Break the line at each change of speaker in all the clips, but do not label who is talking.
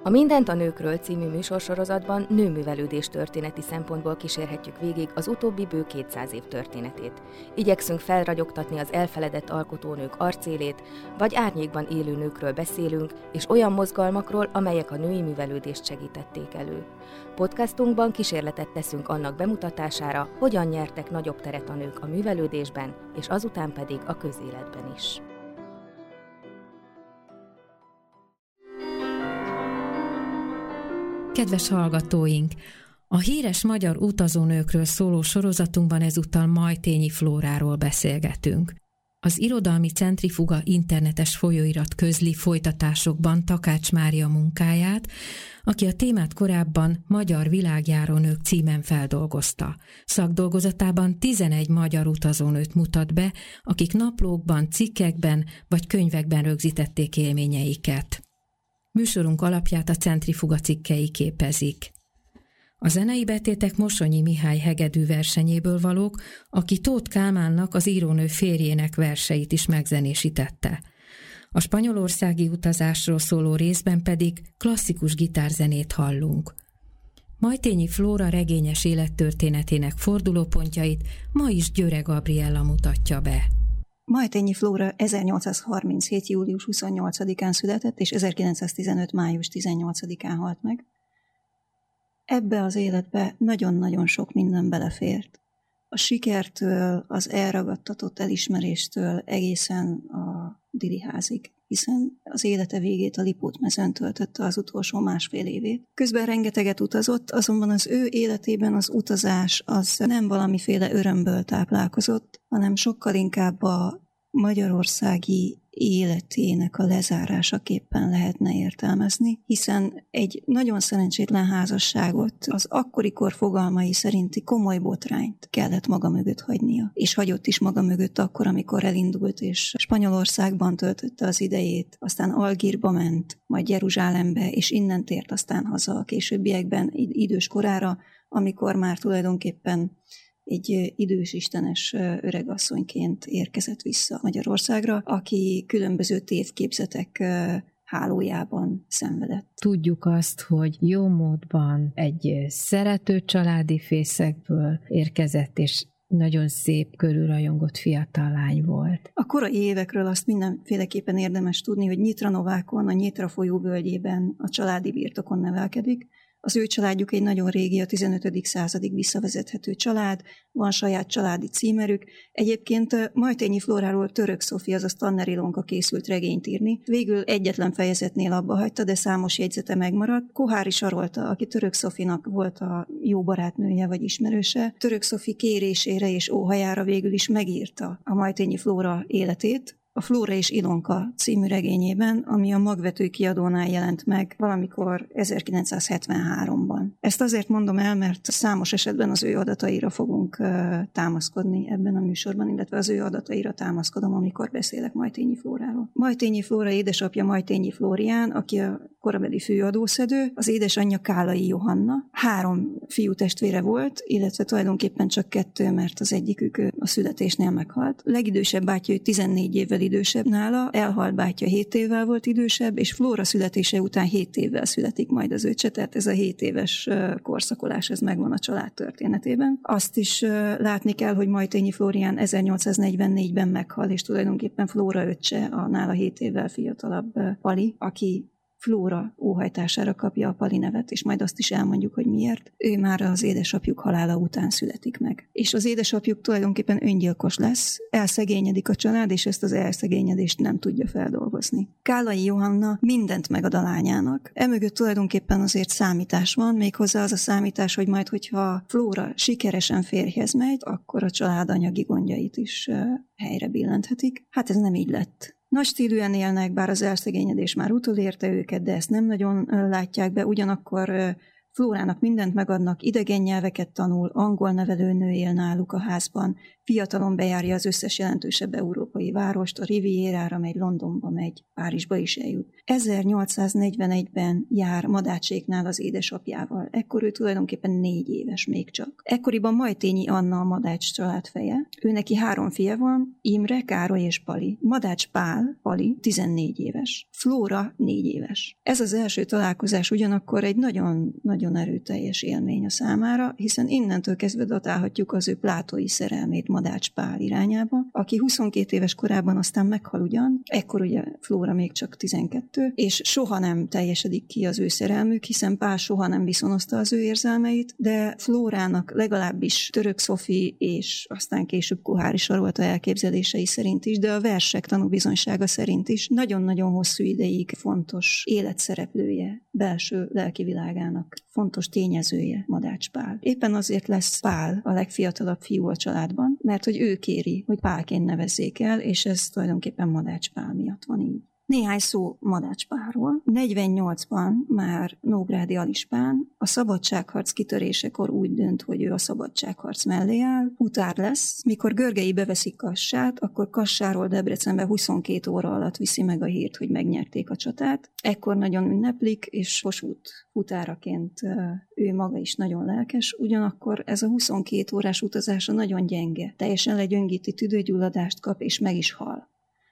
A Mindent a nőkről című műsorsorozatban nőművelődés történeti szempontból kísérhetjük végig az utóbbi bő 200 év történetét. Igyekszünk felragyogtatni az elfeledett alkotónők arcélét, vagy árnyékban élő nőkről beszélünk, és olyan mozgalmakról, amelyek a női művelődést segítették elő. Podcastunkban kísérletet teszünk annak bemutatására, hogyan nyertek nagyobb teret a nők a művelődésben, és azután pedig a közéletben is.
Kedves hallgatóink! A híres magyar utazónőkről szóló sorozatunkban ezúttal Majthényi Flóráról beszélgetünk. Az Irodalmi Centrifuga internetes folyóirat közli folytatásokban Takács Mária munkáját, aki a témát korábban Magyar világjárónők címen feldolgozta. Szakdolgozatában 11 magyar utazónőt mutat be, akik naplókban, cikkekben vagy könyvekben rögzítették élményeiket. Műsorunk alapját a Centrifuga cikkei képezik. A zenei betétek Mosonyi Mihály hegedű versenyéből valók, aki Tóth Kálmánnak, az írónő férjének verseit is megzenésítette. A spanyolországi utazásról szóló részben pedig klasszikus gitárzenét hallunk. Majthényi Flóra regényes élettörténetének fordulópontjait ma is Györe Gabriella mutatja be.
Majthényi Flóra 1837. július 28-án született, és 1915. május 18-án halt meg. Ebbe az életbe nagyon-nagyon sok minden belefért. A sikertől, az elragadtatott elismeréstől egészen a Diriházig, hiszen az élete végét a Lipót-mezőn töltötte az utolsó másfél évét. Közben rengeteget utazott, azonban az ő életében az utazás az nem valamiféle örömből táplálkozott, hanem sokkal inkább a magyarországi életének a lezárásaképpen lehetne értelmezni, hiszen egy nagyon szerencsétlen házasságot, az akkori kor fogalmai szerinti komoly botrányt kellett maga mögött hagynia. És hagyott is maga mögött akkor, amikor elindult, és Spanyolországban töltötte az idejét, aztán Algírba ment, majd Jeruzsálembe, és innen tért aztán haza a későbbiekben idős korára, amikor már tulajdonképpen egy idős istenes öregasszonyként érkezett vissza Magyarországra, aki különböző tévképzetek hálójában szenvedett.
Tudjuk azt, hogy jó módban egy szerető családi fészekből érkezett, és nagyon szép, körülrajongott fiatal lány volt.
A korai évekről azt mindenféleképpen érdemes tudni, hogy Nyitranovákon, a Nyitra folyó völgyében a családi birtokon nevelkedik. Az ő családjuk egy nagyon régi, a 15. századig visszavezethető család, van saját családi címerük. Egyébként Majthényi Flóráról Török Szofi, azaz Tanner Ilonka készült regényt írni. Végül egyetlen fejezetnél abba hagyta, de számos jegyzete megmaradt. Koháry Sarolta, aki Török Szofinak volt a jó barátnője vagy ismerőse, Török Szofi kérésére és óhajára végül is megírta a Majthényi Flóra életét, a Flóra és Ilonka című regényében, ami a Magvető kiadónál jelent meg valamikor 1973-ban. Ezt azért mondom el, mert számos esetben az ő adataira fogunk támaszkodni ebben a műsorban, illetve az ő adataira támaszkodom, amikor beszélek Majthényi Flóráról. Majthényi Flóra édesapja Majthényi Flórián, aki a korabeli főadószedő, az édesanyja Kálai Johanna. 3 fiú testvére volt, illetve tulajdonképpen csak 2, mert az egyikük a születésnél meghalt. A legidősebb bátyja 14 évvel idősebb nála, elhalt bátyja 7 évvel volt idősebb, és Flóra születése után 7 évvel születik majd az öccse, tehát ez a 7 éves korszakolás, ez megvan a család történetében. Azt is látni kell, hogy Majthényi Flórián 1844-ben meghal, és tulajdonképpen Flóra öccse, a nála 7 évvel fiatalabb Pali, aki Flóra óhajtására kapja a Pali nevet, és majd azt is elmondjuk, hogy miért. Ő már az édesapjuk halála után születik meg. És az édesapjuk tulajdonképpen öngyilkos lesz, elszegényedik a család, és ezt az elszegényedést nem tudja feldolgozni. Kálai Johanna mindent megad a lányának. Emögött tulajdonképpen azért számítás van, méghozzá az a számítás, hogy majd, hogyha Flóra sikeresen férjhez megy, akkor a család anyagi gondjait is helyre billenthetik. Hát ez nem így lett. Nagy stílűen élnek, bár az elszegényedés már utolérte őket, de ezt nem nagyon látják be, ugyanakkor Flórának mindent megadnak, idegen nyelveket tanul, angol nevelőnő él náluk a házban, fiatalon bejárja az összes jelentősebb európai várost, a Rivierára megy, Londonba megy, Párizsba is eljut. 1841-ben jár Madácséknál az édesapjával, ekkor ő tulajdonképpen 4 éves még csak. Ekkoriban Majtényi Anna a Madács család feje, ő neki 3 fia van, Imre, Károly és Pali. Madács Pál, Pali 14 éves, Flóra 4 éves. Ez az első találkozás ugyanakkor egy nagyon erőteljes élmény a számára, hiszen innentől kezdve datálhatjuk az ő plátói szerelmét Madács Pál irányába, aki 22 éves korában aztán meghal ugyan, ekkor ugye Flóra még csak 12, és soha nem teljesedik ki az ő szerelmük, hiszen Pál soha nem viszonozta az ő érzelmeit, de Flórának legalábbis Török Szofi és aztán később Koháry Sarolta elképzelései szerint is, de a versek tanúbizonysága szerint is nagyon-nagyon hosszú ideig fontos életszereplője, belső lelki világának fontos tényezője Madács Pál. Éppen azért lesz Pál a legfiatalabb fiú a családban, mert hogy ő kéri, hogy Pálként nevezzék el, és ez tulajdonképpen Madács Pál miatt van így. Néhány szó Madács Pálról. 48-ban már Nógrádi Alispán a szabadságharc kitörésekor úgy dönt, hogy ő a szabadságharc mellé áll, futár lesz. Mikor Görgei beveszik Kassát, akkor Kassáról Debrecenbe 22 óra alatt viszi meg a hírt, hogy megnyerték a csatát. Ekkor nagyon ünneplik, és Kossuth futáraként ő maga is nagyon lelkes, ugyanakkor ez a 22 órás utazása nagyon gyenge. Teljesen legyöngíti, tüdőgyulladást kap, és meg is hal.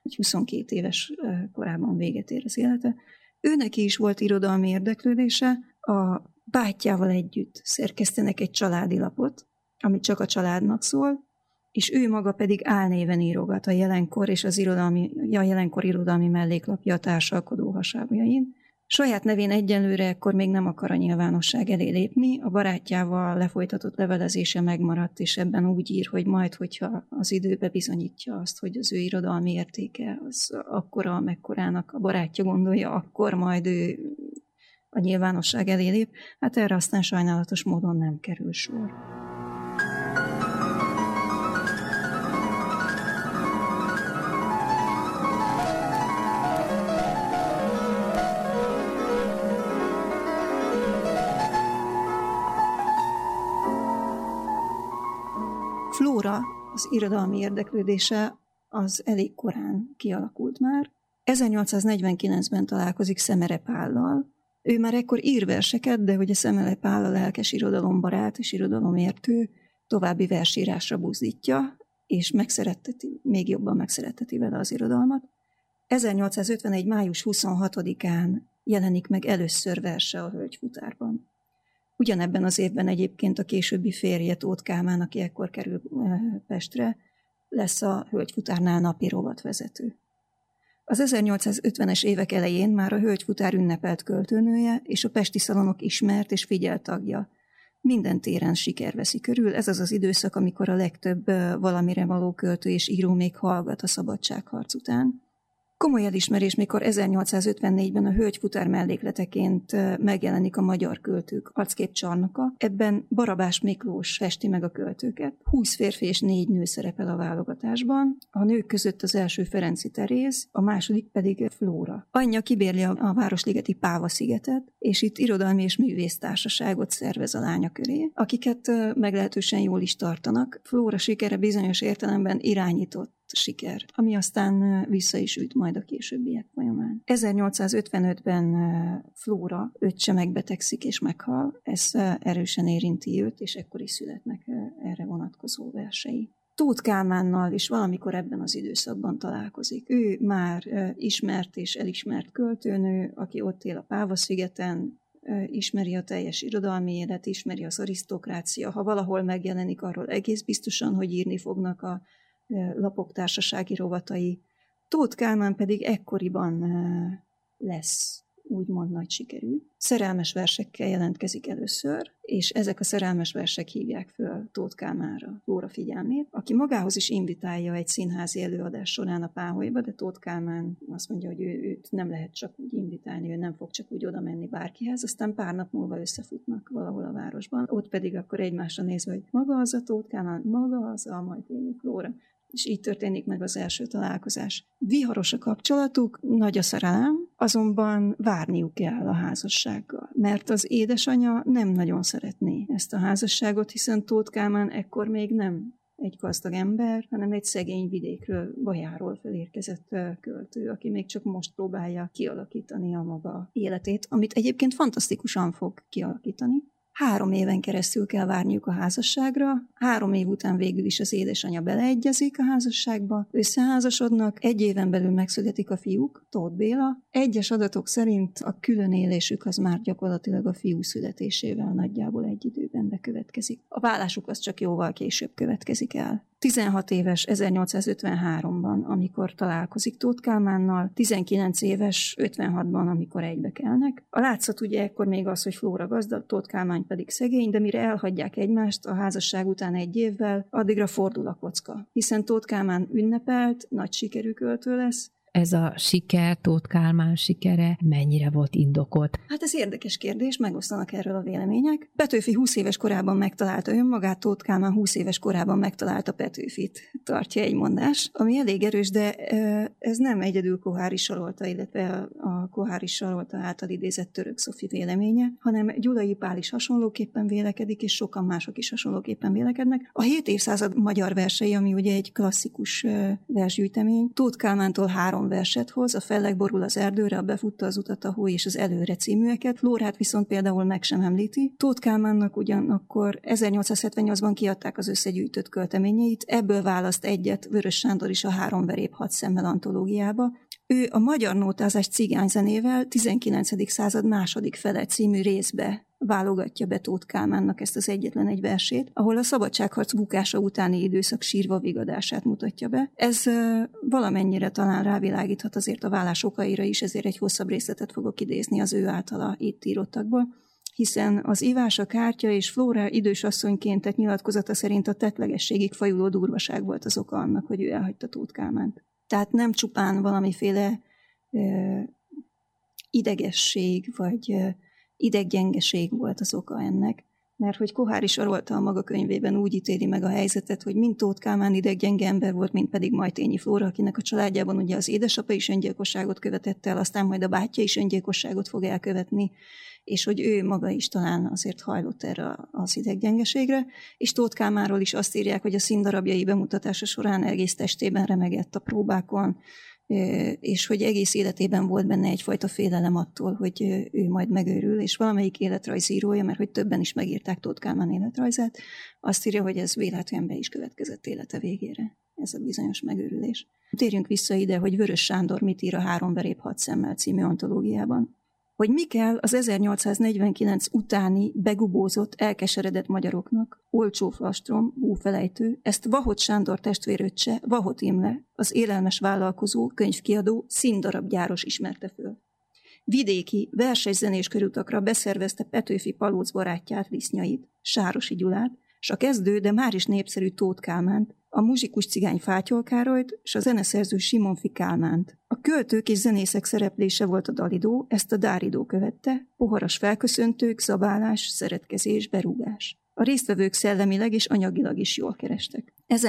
22 éves korában véget ér az élete. Őneki is volt irodalmi érdeklődése, a bátyjával együtt szerkesztenek egy családi lapot, ami csak a családnak szól, és ő maga pedig álnéven írogat a Jelenkor és a Jelenkor irodalmi melléklapja a társalkodó hasábjain. Saját nevén egyenlőre ekkor még nem akar a nyilvánosság elé lépni, a barátjával lefolytatott levelezése megmaradt, és ebben úgy ír, hogy majd, hogyha az időbe bizonyítja azt, hogy az ő irodalmi értéke az akkora, mekkorának a barátja gondolja, akkor majd ő a nyilvánosság elé lép. Hát erre aztán sajnálatos módon nem kerül sor. Flóra, az irodalmi érdeklődése az elég korán kialakult már. 1849-ben találkozik Szemere Pállal. Ő már ekkor ír verseket, de hogy a Szemere Pál a lelkes irodalombarát és irodalomértő további versírásra buzdítja, és még jobban megszeretteti vele az irodalmat. 1851. május 26-án jelenik meg először verse a Hölgyfutárban. Ugyanebben az évben egyébként a későbbi férje, Tóth Kálmán, aki ekkor kerül Pestre, lesz a Hölgyfutárnál napi rovatvezető. Az 1850-es évek elején már a Hölgyfutár ünnepelt költőnője és a pesti szalonok ismert és figyelt tagja. Minden téren siker veszi körül, ez az az időszak, amikor a legtöbb valamire való költő és író még hallgat a szabadságharc után. Komoly elismerés, mikor 1854-ben a Hölgyfutár mellékleteként megjelenik a Magyar Költők arcképcsarnoka. Ebben Barabás Miklós festi meg a költőket. 20 férfi és 4 nő szerepel a válogatásban. A nők között az első Ferenczy Teréz, a második pedig Flóra. Anyja kibérli a városligeti Páva-szigetet, és itt irodalmi és művésztársaságot szervez a lánya köré, akiket meglehetősen jól is tartanak. Flóra sikere bizonyos értelemben irányított siker, ami aztán vissza is üt majd a későbbiek folyamán. 1855-ben Flóra öccse megbetegszik és meghal, ez erősen érinti őt, és ekkor is születnek erre vonatkozó versei. Tóth Kálmánnal is valamikor ebben az időszakban találkozik. Ő már ismert és elismert költőnő, aki ott él a Páva-szigeten, ismeri a teljes irodalmi élet, ismeri az arisztokrácia. Ha valahol megjelenik, arról egész biztosan, hogy írni fognak a lapok társasági rovatai. Tóth Kálmán pedig ekkoriban lesz úgymond nagy sikerű. Szerelmes versekkel jelentkezik először, és ezek a szerelmes versek hívják föl Tóth Kálmánra Flóra figyelmét, aki magához is invitálja egy színházi előadás során a Páholyba, de Tóth Kálmán azt mondja, hogy őt nem lehet csak úgy invitálni, ő nem fog csak úgy oda menni bárkihez, aztán pár nap múlva összefutnak valahol a városban, ott pedig akkor egymásra nézve, hogy maga az a Tóth Kálmán, maga az a Majtényi Flóra. és így történik meg az első találkozás. Viharos a kapcsolatuk, nagy a szerelem, azonban várniuk kell a házassággal, mert az édesanyja nem nagyon szeretné ezt a házasságot, hiszen Tóth Kálmán ekkor még nem egy gazdag ember, hanem egy szegény vidékről, Bajáról felérkezett költő, aki még csak most próbálja kialakítani a maga életét, amit egyébként fantasztikusan fog kialakítani. 3 éven keresztül kell várniuk a házasságra, 3 év után végül is az édesanyja beleegyezik a házasságba, összeházasodnak, 1 éven belül megszületik a fiúk, Tóth Béla. Egyes adatok szerint a különélésük az már gyakorlatilag a fiú születésével nagyjából egy időben bekövetkezik. A válásuk az csak jóval később következik el. 16 éves 1853-ban, amikor találkozik Tóth Kálmánnal, 19 éves 56-ban, amikor egybekelnek. A látszat ugye ekkor még az, hogy Flóra gazdag, Tóth Kálmán pedig szegény, de mire elhagyják egymást a házasság után 1 évvel, addigra fordul a kocka. Hiszen Tóth Kálmán ünnepelt, nagy sikerű költő lesz.
Ez a siker, Tóth Kálmán sikere mennyire volt indokolt?
Hát ez érdekes kérdés, megosztanak erről a vélemények. Petőfi 20 éves korában megtalálta önmagát, Tóth Kálmán 20 éves korában megtalálta Petőfit, tartja egy mondás, ami elég erős, de ez nem egyedül Koháry Sarolta, illetve a Koháry Sarolta által idézett Török Szofi véleménye, hanem Gyulai Pál is hasonlóképpen vélekedik, és sokan mások is hasonlóképpen vélekednek. A 7 évszázad magyar versei, ami ugye egy klasszikus versgyűjtemény, Tóth Kálmántól 3 verset hoz, a Felleg borul az erdőre, a Befutta az utat a hó és az Előre címűeket, Flórát viszont például meg sem említi. Tóth Kálmánnak ugyanakkor 1878-ban kiadták az összegyűjtött költeményeit, ebből választ egyet Vörös Sándor is a 3 veréb 6 szemmel antológiába. Ő a magyar nótázás cigányzenével 19. század második fele című részbe válogatja be Tóth Kálmánnak ezt az egyetlen egy versét, ahol a szabadságharc bukása utáni időszak sírva vigadását mutatja be. Ez valamennyire talán rávilágíthat azért a válás okaira is, ezért egy hosszabb részletet fogok idézni az ő általa itt írottakból, hiszen az ivás, a kártya és Flóra idős asszonyként tett nyilatkozata szerint a tettlegességig fajuló durvaság volt az oka annak, hogy ő elhagyta Tóth Kálmánt. Tehát nem csupán valamiféle idegesség, vagy ideggyengeség volt az oka ennek, mert hogy Koháry Sarolta a maga könyvében úgy ítéli meg a helyzetet, hogy mind Tóth Kálmán ideggyenge ember volt, mind pedig Majtényi Flóra, akinek a családjában ugye az édesapa is öngyilkosságot követett el, aztán majd a bátyja is öngyilkosságot fog elkövetni, és hogy ő maga is talán azért hajlott erre az ideggyengeségre, és Tóth Kálmánról is azt írják, hogy a színdarabjai bemutatása során egész testében remegett a próbákon, és hogy egész életében volt benne egyfajta félelem attól, hogy ő majd megőrül, és valamelyik életrajzírója, mert hogy többen is megírták Tóth Kálmán életrajzát, azt írja, hogy ez véletlenül be is következett élete végére, ez a bizonyos megőrülés. Térjünk vissza ide, hogy Vörös Sándor mit ír a 3 veréb 6 szemmel című antológiában. Hogy mi kell az 1849 utáni begubózott, elkeseredett magyaroknak, olcsó flastrom, búfelejtő, ezt Vahot Sándor testvéröccse, Vahot Imre, az élelmes vállalkozó, könyvkiadó, színdarabgyáros ismerte föl. Vidéki, versenyzenés körutakra beszervezte Petőfi Palóc barátját, Lisznyait, Sárosi Gyulát, s a kezdő, de már is népszerű Tóth Kálmánt, a muzsikus cigány Fátyol Károlyt, s a zeneszerző Simonfi Kálmánt. A költők és zenészek szereplése volt a dalidó, ezt a dáridó követte, poharas felköszöntők, zabálás, szeretkezés, berúgás. A résztvevők szellemileg és anyagilag is jól kerestek.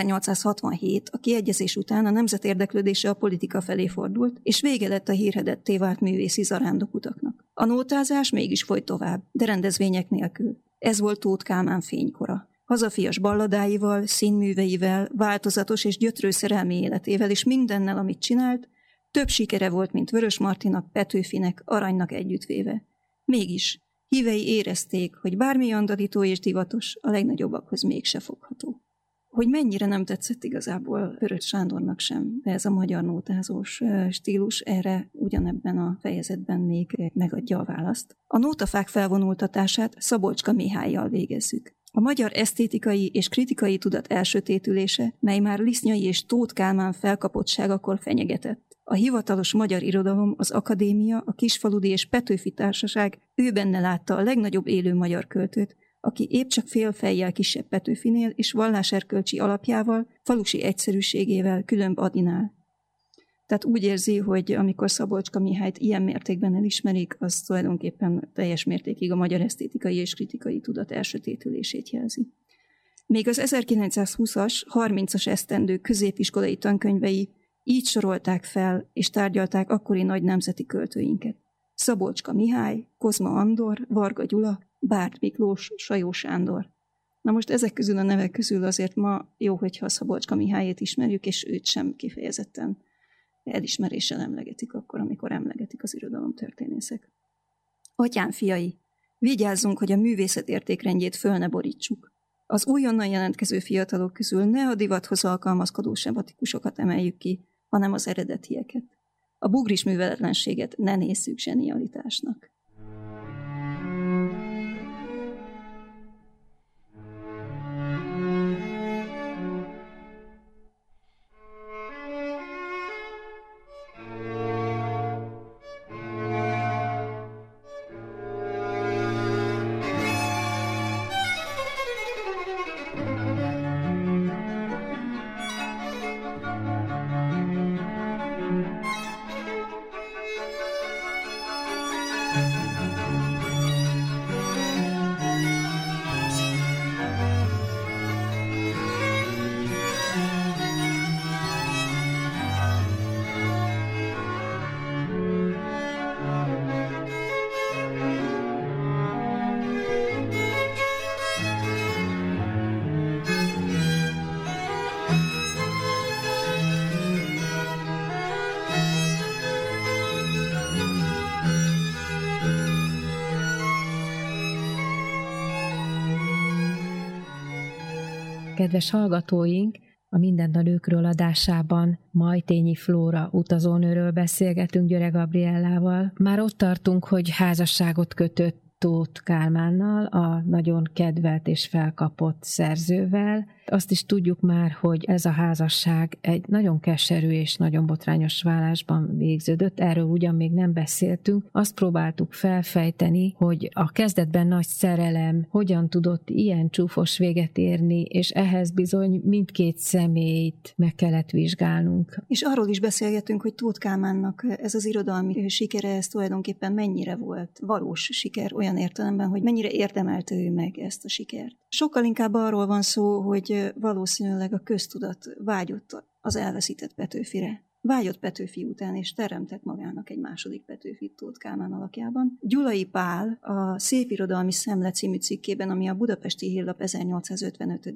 1867 a kiegyezés után a nemzet érdeklődése a politika felé fordult, és vége lett a hírhedetté vált művészi zarándokutaknak. A nótázás mégis folyt tovább, de rendezvények nélkül. Ez volt Tóth Kálmán fénykora. Hazafias balladáival, színműveivel, változatos és gyötrő szerelmi életével és mindennel, amit csinált, több sikere volt, mint Vörös Martinak, Petőfinek, Aranynak együttvéve. Mégis hívei érezték, hogy bármi andalító és divatos, a legnagyobbakhoz mégse fogható. Hogy mennyire nem tetszett igazából Vörös Sándornak sem ez a magyar nótázós stílus, erre ugyanebben a fejezetben még megadja a választ. A nótafák felvonultatását Szabolcska Mihállyal végezzük. A magyar esztétikai és kritikai tudat elsötétülése, mely már Lisznyai és Tóth Kálmán felkapottságakor fenyegetett. A hivatalos magyar irodalom, az akadémia, a kisfaludi és Petőfi társaság ő benne látta a legnagyobb élő magyar költőt, aki épp csak fél fejjel kisebb Petőfinél és valláserkölcsi alapjával, falusi egyszerűségével különb Adinál. Tehát úgy érzi, hogy amikor Szabolcska Mihályt ilyen mértékben elismerik, az tulajdonképpen teljes mértékig a magyar esztétikai és kritikai tudat elsötétülését jelzi. Még az 1920-as, 30-as esztendők középiskolai tankönyvei így sorolták fel és tárgyalták akkori nagy nemzeti költőinket. Szabolcska Mihály, Kozma Andor, Varga Gyula, Bárd Miklós, Sajó Sándor. Na most ezek közül a nevek közül azért ma jó, hogyha Szabolcska Mihályét ismerjük, és őt sem kifejezetten elismeréssel emlegetik akkor, amikor emlegetik az irodalomtörténészek. Atyám fiai, vigyázzunk, hogy a művészet értékrendjét föl ne borítsuk. Az újonnan jelentkező fiatalok közül ne a divathoz alkalmazkodó sematikusokat emeljük ki, hanem az eredetieket. A bugris műveletlenséget ne nézzük zsenialitásnak.
Kedves hallgatóink, a Mindent a nőkről adásában Majtényi Flóra utazónőről beszélgetünk Györe Gabriellával. Már ott tartunk, hogy házasságot kötött Tóth Kálmánnal, a nagyon kedvelt és felkapott szerzővel. Azt is tudjuk már, hogy ez a házasság egy nagyon keserű és nagyon botrányos válásban végződött. Erről ugyan még nem beszéltünk. Azt próbáltuk felfejteni, hogy a kezdetben nagy szerelem hogyan tudott ilyen csúfos véget érni, és ehhez bizony mindkét személyt meg kellett vizsgálnunk.
És arról is beszélgetünk, hogy Tóth Kálmánnak ez az irodalmi sikere, ez tulajdonképpen mennyire volt valós siker, olyan értelemben, hogy mennyire érdemelte ő meg ezt a sikert. Sokkal inkább arról van szó, hogy valószínűleg a köztudat vágyott az elveszített Petőfire. Vágyott Petőfi után, és teremtett magának egy második Petőfit Tóth Kálmán alakjában. Gyulai Pál a Szépirodalmi Szemle című cikkében, ami a Budapesti Hírlap 1855.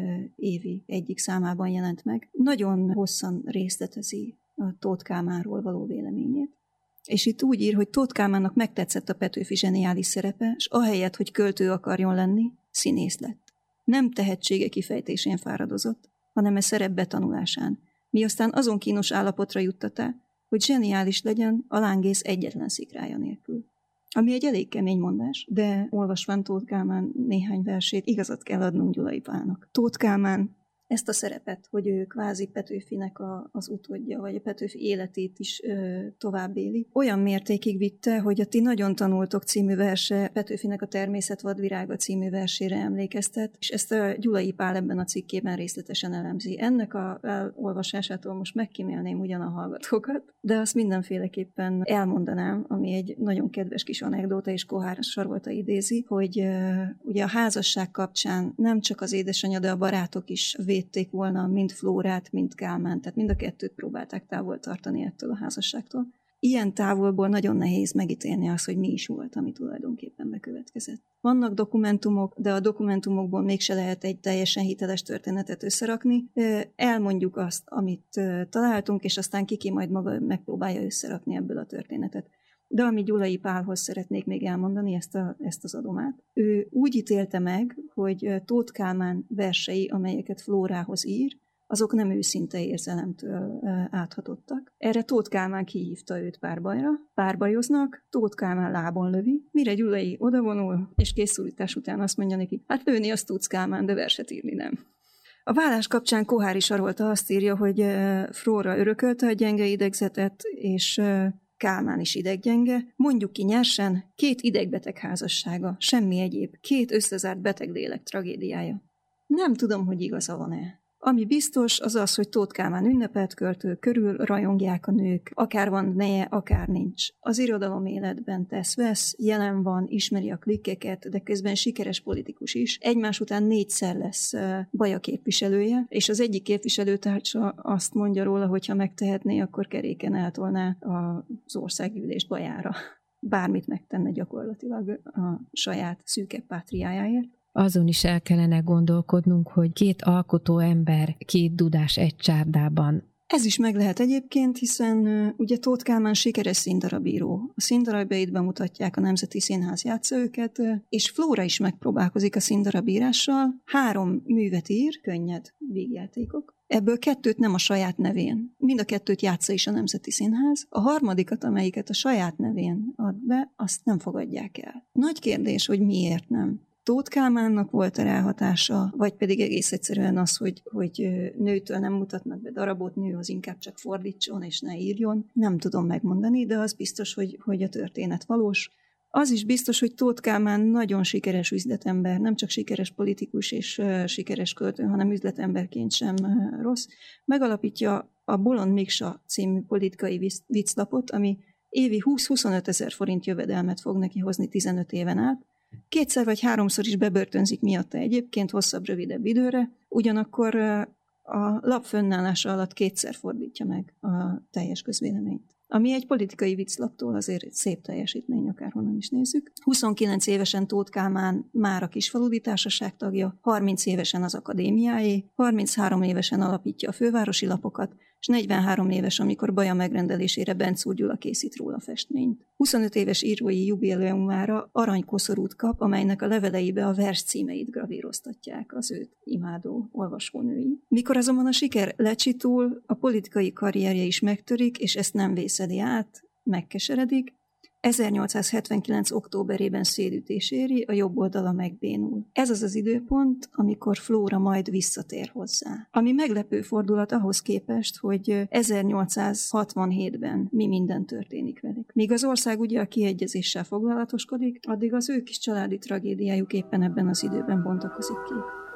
évi egyik számában jelent meg, nagyon hosszan részletezi a Tóth Kálmánról való véleményét. És itt úgy ír, hogy Tóth Kálmánnak megtetszett a Petőfi zseniális szerepe, és ahelyett, hogy költő akarjon lenni, színész lett. Nem tehetsége kifejtésén fáradozott, hanem a szerep betanulásán, mi aztán azon kínos állapotra juttatá, hogy zseniális legyen a lángész egyetlen szikrája nélkül. Ami egy elég kemény mondás, de olvasván Tóth Kálmán néhány versét igazat kell adnunk Gyulai Pálnak. Tóth Kálmán ezt a szerepet, hogy ő kvázi Petőfinek az utódja, vagy a Petőfi életét is tovább éli. Olyan mértékig vitte, hogy a Ti nagyon tanultok című verse Petőfinek a Természet vadvirága című versére emlékeztet, és ezt a Gyulai Pál ebben a cikkében részletesen elemzi. Ennek a elolvasásától most megkímélném ugyan a hallgatókat, de azt mindenféleképpen elmondanám, ami egy nagyon kedves kis anekdóta és Kohár Sarolta idézi, hogy ugye a házasság kapcsán nem csak az édesanyja, de a barátok is védték volna mind Flórát, mind Kálmánt, tehát mind a kettőt próbálták távol tartani ettől a házasságtól. Ilyen távolból nagyon nehéz megítélni azt, hogy mi is volt, ami tulajdonképpen bekövetkezett. Vannak dokumentumok, de a dokumentumokból mégse lehet egy teljesen hiteles történetet összerakni. Elmondjuk azt, amit találtunk, és aztán Kiki majd maga megpróbálja összerakni ebből a történetet. De ami Gyulai Pálhoz szeretnék még elmondani, ezt az adomát. Ő úgy ítélte meg, hogy Tóth Kálmán versei, amelyeket Flórához ír, azok nem őszinte érzelemtől áthatottak. Erre Tóth Kálmán kihívta őt párbajra. Párbajoznak, Tóth Kálmán lábon lövi, mire Gyulai odavonul, és készszólítás után azt mondja neki, hát lőni azt tudsz Kálmán, de verset írni nem. A vállás kapcsán Kohári Sarolta azt írja, hogy Flóra örökölte a gyenge idegzetet, és Kálmán is ideggyenge, mondjuk ki nyersen, 2 idegbeteg házassága, semmi egyéb, 2 összezárt beteg lélek tragédiája. Nem tudom, hogy igaza van-e. Ami biztos, az az, hogy Tóth Kálmán ünnepelt költő körül rajongják a nők, akár van neje, akár nincs. Az irodalom életben tesz-vesz, jelen van, ismeri a klikkeket, de közben sikeres politikus is. Egymás után 4-szer lesz Baja képviselője, és az egyik képviselőtársa azt mondja róla, hogy ha megtehetné, akkor keréken eltolná az országgyűlést Bajára. Bármit megtenne gyakorlatilag a saját szűkebb pátriájáért.
Azon is el kellene gondolkodnunk, hogy 2 alkotó ember, 2 dudás egy csárdában.
Ez is meg lehet egyébként, hiszen ugye Tóth Kálmán sikeres színdarabíró. A színdarabjait bemutatják, a Nemzeti Színház játsza őket, és Flóra is megpróbálkozik a színdarabírással. 3 művet ír, könnyed vígjátékok. Ebből 2 nem a saját nevén. Mind a 2 játsza is a Nemzeti Színház. A harmadikat, amelyiket a saját nevén ad be, azt nem fogadják el. Nagy kérdés, hogy miért nem. Tóth Kálmánnak volt a ráhatása, vagy pedig egész egyszerűen az, hogy nőtől nem mutatnak be darabot, nő az inkább csak fordítson és ne írjon. Nem tudom megmondani, de az biztos, hogy a történet valós. Az is biztos, hogy Tóth Kálmán nagyon sikeres üzletember, nem csak sikeres politikus és sikeres költő, hanem üzletemberként sem rossz. Megalapítja a Bolond Miksa című politikai vicclapot, ami évi 20-25 ezer forint jövedelmet fog neki hozni 15 éven át. 2-szer vagy 3-szor is bebörtönzik miatta egyébként hosszabb-rövidebb időre, ugyanakkor a lap fönnállása alatt 2-szer fordítja meg a teljes közvéleményt. Ami egy politikai vicclaptól azért egy szép teljesítmény, akárhonnan is nézzük. 29 évesen Tóth Kálmán már a Kisfaludy Társaság tagja, 30 évesen az akadémiáé, 33 évesen alapítja a fővárosi lapokat, és 43 éves, amikor Baja megrendelésére Bencúr Gyula készít róla festményt. 25 éves írói jubileumára aranykoszorút kap, amelynek a leveleibe a vers címeit gravíroztatják az őt imádó olvasónői. Mikor azonban a siker lecsitul, a politikai karrierje is megtörik, és ezt nem vészedi át, megkeseredik. 1879. októberében szélütés éri, a jobb oldala megbénul. Ez az az időpont, amikor Flóra majd visszatér hozzá. Ami meglepő fordulat ahhoz képest, hogy 1867-ben mi minden történik velük. Míg az ország ugye a kiegyezéssel foglalatoskodik, addig az ő kis családi tragédiájuk éppen ebben az időben bontakozik ki.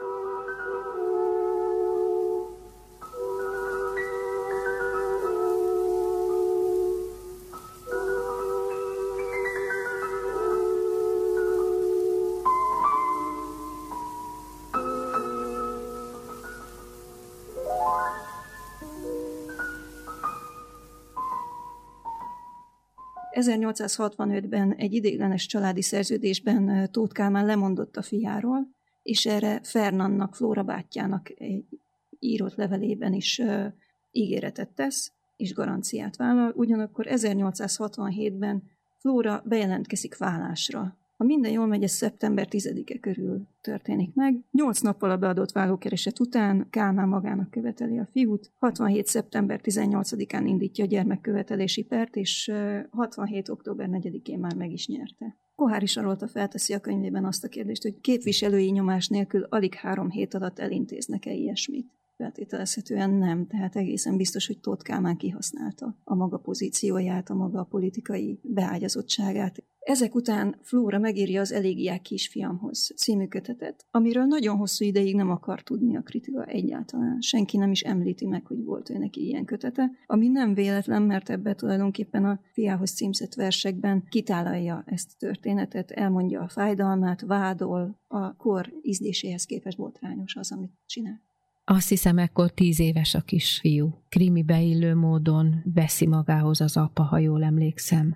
...1865-ben egy ideiglenes családi szerződésben Tóth Kálmán lemondott a fiáról, és erre Fernandnak, Flóra bátyjának egy írott levelében is ígéretet tesz, és garanciát vállal. Ugyanakkor 1867-ben Flóra bejelentkezik vállásra. Ha minden jól megy, ez szeptember 10-e körül történik meg. 8 nappal a beadott vállókereset után Kálmán magának követeli a fiút. 67. szeptember 18-án indítja a gyermekkövetelési pert, és 67. október 4-én már meg is nyerte. Koháry Sarolta felteszi a könyvében azt a kérdést, hogy képviselői nyomás nélkül alig 3 hét alatt elintéznek-e ilyesmit. Feltételezhetően nem, tehát egészen biztos, hogy Tóth Kálmán kihasználta a maga pozícióját, a maga politikai beágyazottságát. Ezek után Flóra megírja az Elégiák kisfiamhoz című kötetet, amiről nagyon hosszú ideig nem akar tudni a kritika egyáltalán. Senki nem is említi meg, hogy volt ő neki ilyen kötete, ami nem véletlen, mert ebben tulajdonképpen a fiához címzett versekben kitálalja ezt a történetet, elmondja a fájdalmát, vádol, a kor ízléséhez képest botrányos az, amit csinál.
Azt hiszem, ekkor 10 éves a kisfiú. Krimi beillő módon veszi magához az apa, ha jól emlékszem.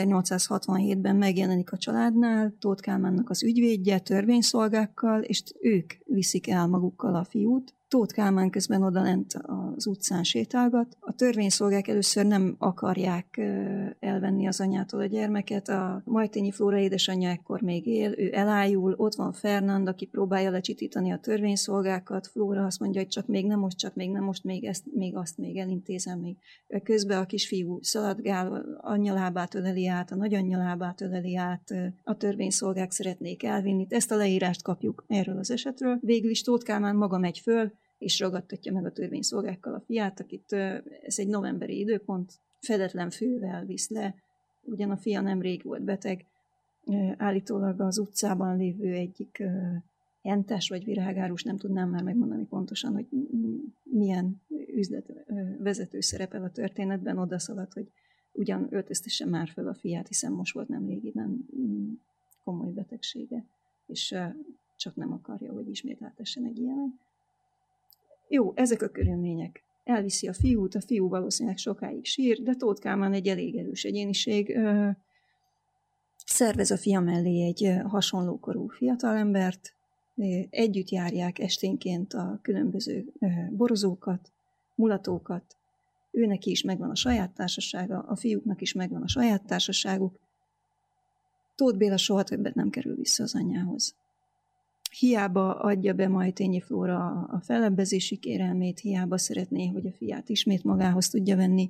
1867-ben megjelenik a családnál Tóth Kálmánnak az ügyvédje, törvényszolgákkal, és ők viszik el magukkal a fiút. Tóth Kálmán közben odalent az utcán sétálgat. A törvényszolgák először nem akarják elvenni az anyától a gyermeket. A Majtényi Flóra édesanyja ekkor még él, ő elájul, ott van Fernand, aki próbálja lecsitítani a törvényszolgákat. Flóra azt mondja, hogy csak még nem most, még ezt, még azt még elintézem. Még. Közben a kisfiú szaladgál, anyja lábát öleli át, a nagyanyja lábát öleli át, a törvényszolgák szeretnék elvinni. Ezt a leírást kapjuk erről az esetről. Végül is Tóth Kálmán maga megy föl, és ragadtatja meg a törvényszolgákkal a fiát, akit ez egy novemberi időpont, fedetlen fővel visz le, ugyan a fia nemrég volt beteg, állítólag az utcában lévő egyik hentes vagy virágárus, nem tudnám már megmondani pontosan, hogy milyen üzletvezető szerepel a történetben, odaszaladt, hogy ugyan öltöztesse már fel a fiát, hiszen most volt nemrégiben komoly betegsége, és csak nem akarja, hogy ismét átessen egy ilyen. Jó, ezek a körülmények. Elviszi a fiú valószínűleg sokáig sír, de Tóth Kálmán egy elég erős egyéniség, szervez a fia mellé egy hasonlókorú fiatalembert, együtt járják esténként a különböző borozókat, mulatókat, őneki is megvan a saját társasága, a fiúknak is megvan a saját társaságuk. Tóth Béla soha többet nem kerül vissza az anyjához. Hiába adja be Majthényi Flóra a fellebbezési kérelmét, hiába szeretné, hogy a fiát ismét magához tudja venni,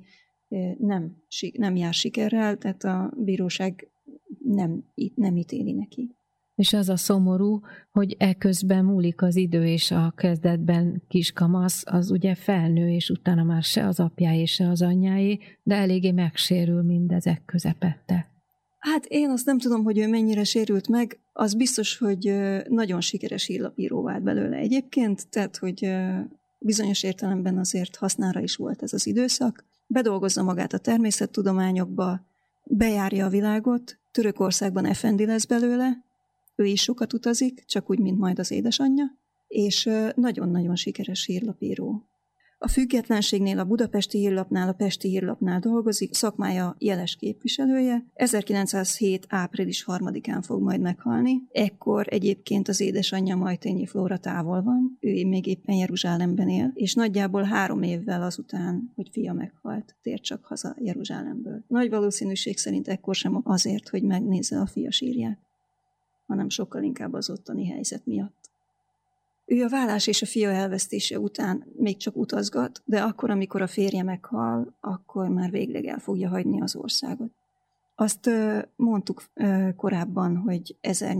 nem jár sikerrel, tehát a bíróság nem ítéli neki.
És az a szomorú, hogy eközben múlik az idő, és a kezdetben kiskamasz, az ugye felnő, és utána már se az apjáé, se az anyjáé, de eléggé megsérül mindezek közepette.
Hát én azt nem tudom, hogy ő mennyire sérült meg, az biztos, hogy nagyon sikeres hírlapíró vált belőle egyébként, tehát hogy bizonyos értelemben azért hasznára is volt ez az időszak. Bedolgozza magát a természettudományokba, bejárja a világot, Törökországban effendi lesz belőle, ő is sokat utazik, csak úgy, mint majd az édesanyja, és nagyon-nagyon sikeres hírlapíró. A Függetlenségnél, a Budapesti Hírlapnál, a Pesti Hírlapnál dolgozik, szakmája jeles képviselője. 1907. április 3-án fog majd meghalni. Ekkor egyébként az édesanyja Majthényi Flóra távol van, ő még éppen Jeruzsálemben él, és nagyjából 3 évvel azután, hogy fia meghalt, tér csak haza Jeruzsálemből. Nagy valószínűség szerint ekkor sem azért, hogy megnézze a fia sírját, hanem sokkal inkább az ottani helyzet miatt. Ő a vállás és a fia elvesztése után még csak utazgat, de akkor, amikor a férje meghal, akkor már végleg el fogja hagyni az országot. Azt mondtuk korábban, hogy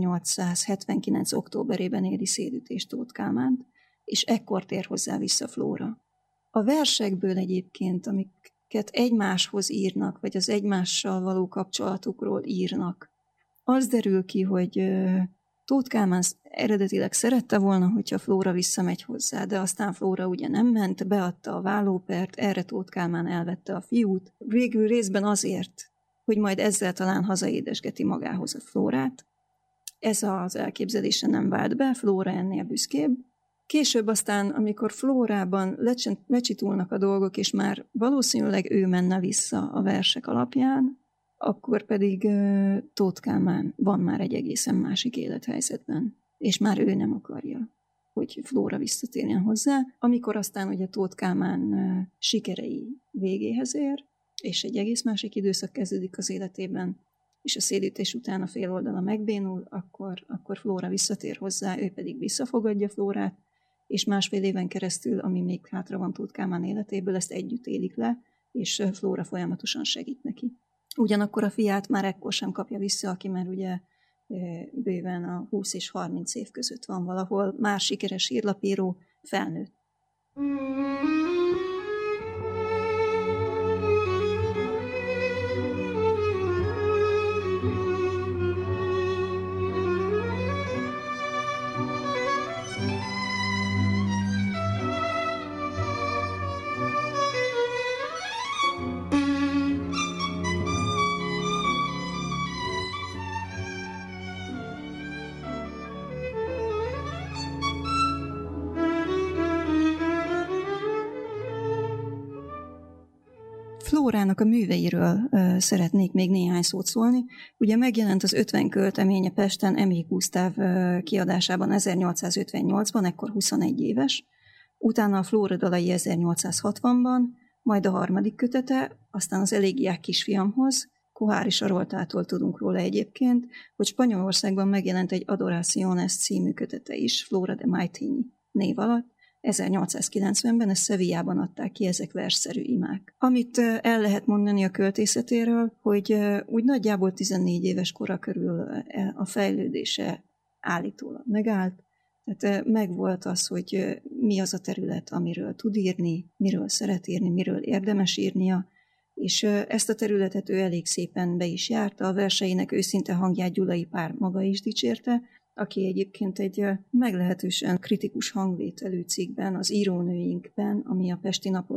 1879. októberében éli szédütés Tóth Kálmánt, és ekkor tér hozzá vissza Flóra. A versekből egyébként, amiket egymáshoz írnak, vagy az egymással való kapcsolatukról írnak, az derül ki, hogy Tóth Kálmán eredetileg szerette volna, hogyha Flóra visszamegy hozzá, de aztán Flóra ugye nem ment, beadta a vállópert, erre Tóth Kálmán elvette a fiút. Végül részben azért, hogy majd ezzel talán hazaédesgeti magához a Flórát. Ez az elképzelése nem vált be, Flóra ennél büszkébb. Később aztán, amikor Flórában lecsitulnak a dolgok, és már valószínűleg ő menne vissza a versek alapján, akkor pedig Tóth Kálmán van már egy egészen másik élethelyzetben, és már ő nem akarja, hogy Flóra visszatérjen hozzá. Amikor aztán ugye Tóth Kálmán sikerei végéhez ér, és egy egész másik időszak kezdődik az életében, és a szédítés után a féloldala megbénul, akkor Flóra visszatér hozzá, ő pedig visszafogadja Flórát, és 1,5 éven keresztül, ami még hátra van Tóth Kálmán életéből, ezt együtt élik le, és Flóra folyamatosan segít neki. Ugyanakkor a fiát már ekkor sem kapja vissza, aki már ugye bőven a 20 és 30 év között van valahol, már sikeres hírlapíró, felnőtt. Flórának a műveiről szeretnék még néhány szót szólni. Ugye megjelent az 50 költeménye Pesten Emil Gusztáv kiadásában 1858-ban, ekkor 21 éves, utána a Flóra dalai 1860-ban, majd a 3. kötete, aztán az Elégiák kisfiamhoz, Koháry Saroltától tudunk róla egyébként, hogy Spanyolországban megjelent egy Adoraciones című kötete is, Flóra de Majthényi név alatt, 1890-ben, ezt Sevillában adták ki, ezek versszerű imák. Amit el lehet mondani a költészetéről, hogy úgy nagyjából 14 éves kora körül a fejlődése állítólag megállt, tehát megvolt az, hogy mi az a terület, amiről tud írni, miről szeret írni, miről érdemes írnia, és ezt a területet ő elég szépen be is járta, a verseinek őszinte hangját Gyulai Pál maga is dicsérte, aki egyébként egy meglehetősen kritikus hangvételű cikkben, az Írónőinkben, ami a Pesti Napló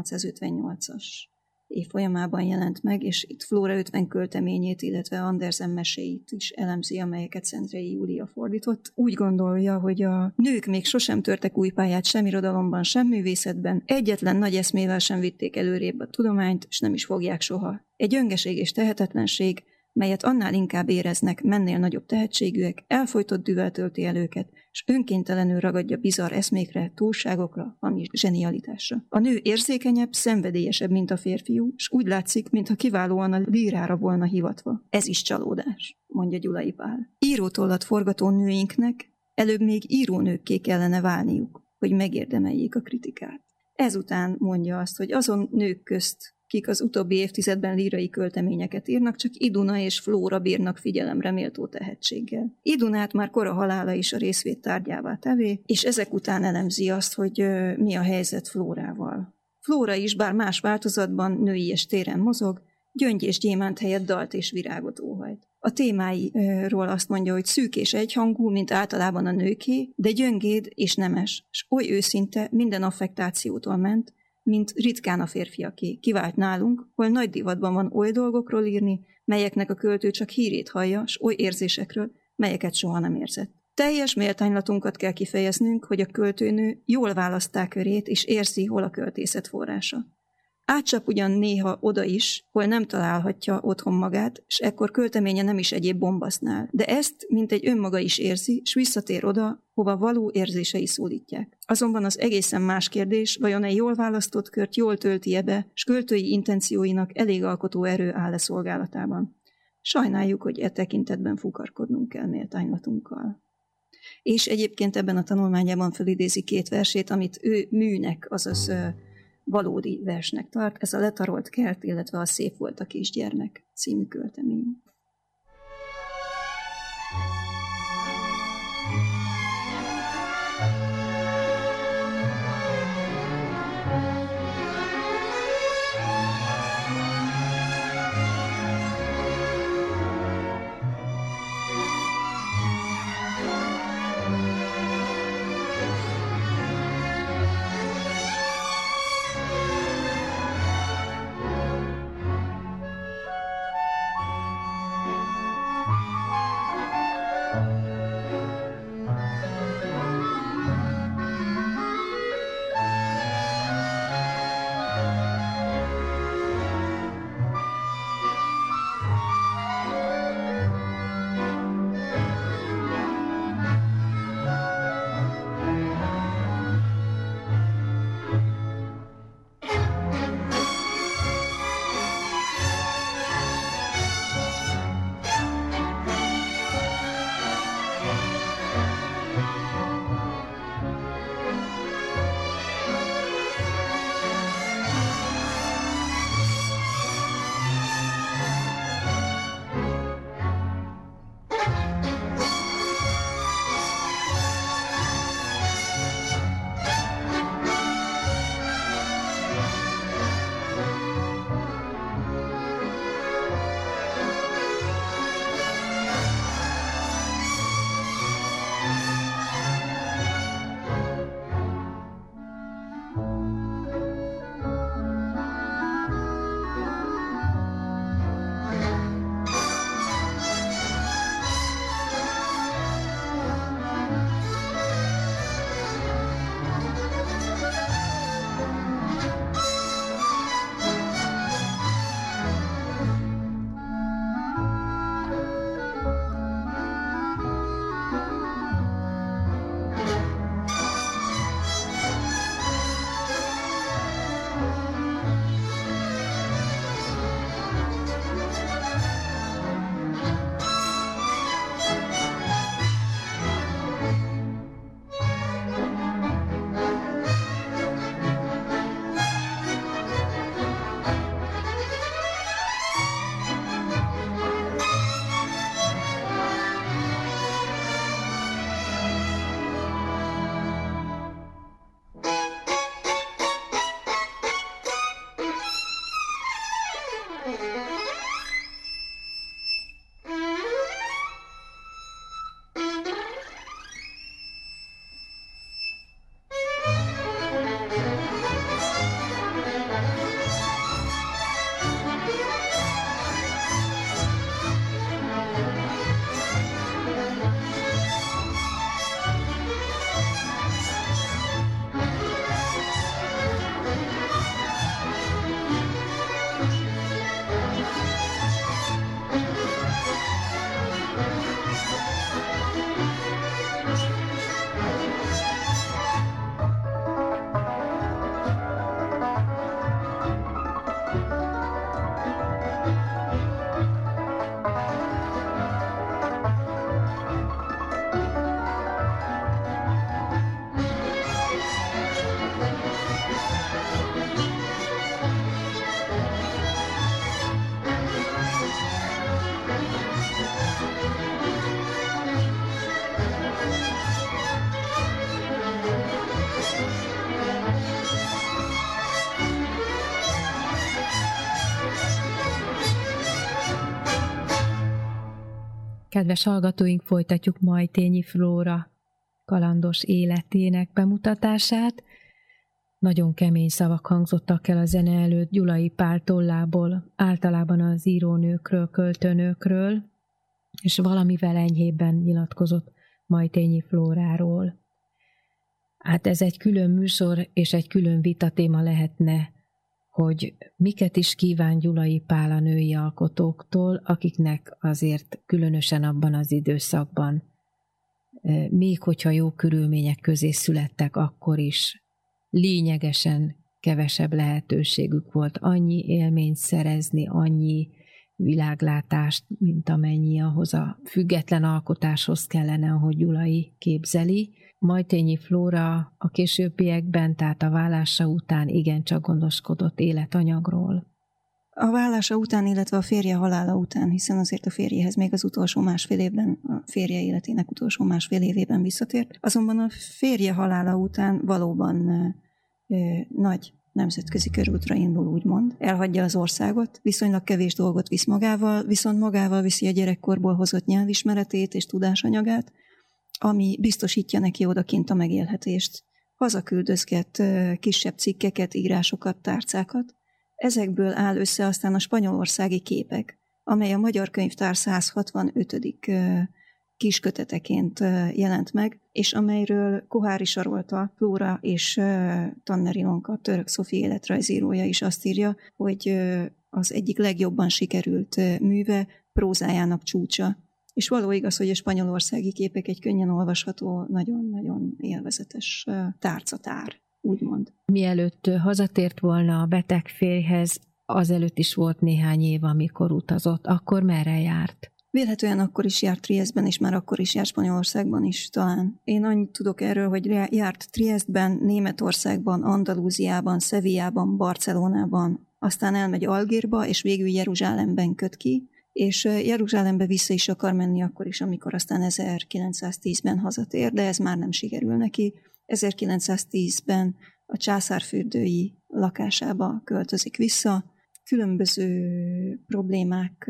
1858-as évfolyamában jelent meg, és itt Flóra 50 költeményét, illetve Andersen meséit is elemzi, amelyeket Szentrei Júlia fordított. Úgy gondolja, hogy a nők még sosem törtek új pályát sem irodalomban, sem művészetben, egyetlen nagy eszmével sem vitték előrébb a tudományt, és nem is fogják soha. Egy gyöngeség és tehetetlenség, melyet annál inkább éreznek, mennél nagyobb tehetségűek, elfojtott dühvel tölti el őket, és önkéntelenül ragadja bizarr eszmékre, túlságokra, ami zsenialitásra. A nő érzékenyebb, szenvedélyesebb, mint a férfiú, és úgy látszik, mintha kiválóan a lírára volna hivatva. Ez is csalódás, mondja Gyulai Pál. Írótollat forgató nőinknek előbb még írónőkké kellene válniuk, hogy megérdemeljék a kritikát. Ezután mondja azt, hogy azon nők közt, kik az utóbbi évtizedben lírai költeményeket írnak, csak Iduna és Flóra bírnak figyelemre méltó tehetséggel. Idunát már kora halála is a részvét tárgyává tevé, és ezek után elemzi azt, hogy mi a helyzet Flórával. Flóra is, bár más változatban, nőies téren mozog, gyöngy és gyémánt helyett dalt és virágot óhajt. A témáiról azt mondja, hogy szűk és egyhangú, mint általában a nőké, de gyöngéd és nemes, s oly őszinte, minden affektációtól ment, mint ritkán a férfiaké. Kivált nálunk, hol nagy divatban van oly dolgokról írni, melyeknek a költő csak hírét hallja, s oly érzésekről, melyeket soha nem érzett. Teljes méltánylatunkat kell kifejeznünk, hogy a költőnő jól választá körét, és érzi, hol a költészet forrása. Átcsap ugyan néha oda is, hol nem találhatja otthon magát, s ekkor költeménye nem is egyéb bombasznál. De ezt, mint egy önmaga is érzi, s visszatér oda, hova való érzései szólítják. Azonban az egészen más kérdés, vajon egy jól választott kört jól tölti-e be, s költői intencióinak elég alkotó erő áll-e szolgálatában. Sajnáljuk, hogy e tekintetben fukarkodnunk kell méltánylatunkkal. És egyébként ebben a tanulmányában felidézi 2 versét, amit ő műnek, azaz valódi versnek tart, ez a Letarolt kert, illetve a Szép volt a kisgyermek című költemény.
Kedves hallgatóink, folytatjuk Majthényi Flóra kalandos életének bemutatását. Nagyon kemény szavak hangzottak el a zene előtt Gyulai Pál tollából, általában az írónőkről, költőnőkről, és valamivel enyhébben nyilatkozott Majthényi Flóráról. Hát ez egy külön műsor és egy külön vitatéma lehetne, hogy miket is kíván Gyulai Pál a női alkotóktól, akiknek azért különösen abban az időszakban, még hogyha jó körülmények közé születtek, akkor is lényegesen kevesebb lehetőségük volt annyi élményt szerezni, annyi világlátást, mint amennyi ahhoz a független alkotáshoz kellene, ahogy Gyulai képzeli. Majthényi Flóra a későbbiekben, tehát a válása után igencsak gondoskodott életanyagról.
A válása után, illetve a férje halála után, hiszen azért a férjéhez még az utolsó másfél évben, a férje életének utolsó másfél évében visszatért. Azonban a férje halála után valóban nagy nemzetközi körútra indul, úgymond. Elhagyja az országot, viszonylag kevés dolgot visz magával, viszont magával viszi a gyerekkorból hozott nyelvismeretét és tudásanyagát, ami biztosítja neki odakint a megélhetést. Hazaküldözget kisebb cikkeket, írásokat, tárcákat. Ezekből áll össze aztán a spanyolországi képek, amely a Magyar Könyvtár 165. kisköteteként jelent meg, és amelyről Koháry Sarolta, Flóra és Tanner Ilonka, Török Szofi életrajzírója is azt írja, hogy az egyik legjobban sikerült műve, prózájának csúcsa. És való igaz, hogy a spanyolországi képek egy könnyen olvasható, nagyon-nagyon élvezetes tárcatár, úgymond.
Mielőtt hazatért volna a beteg férjhez, azelőtt is volt néhány év, amikor utazott. Akkor merre járt?
Vélhetően akkor is járt Triestben, és már akkor is járt Spanyolországban is talán. Én annyit tudok erről, hogy járt Triestben, Németországban, Andalúziában, Sevillában, Barcelonában, aztán elmegy Algérba, és végül Jeruzsálemben köt ki, és Jeruzsálembe vissza is akar menni akkor is, amikor aztán 1910-ben hazatér, de ez már nem sikerül neki. 1910-ben a császárfürdői lakásába költözik vissza. Különböző problémák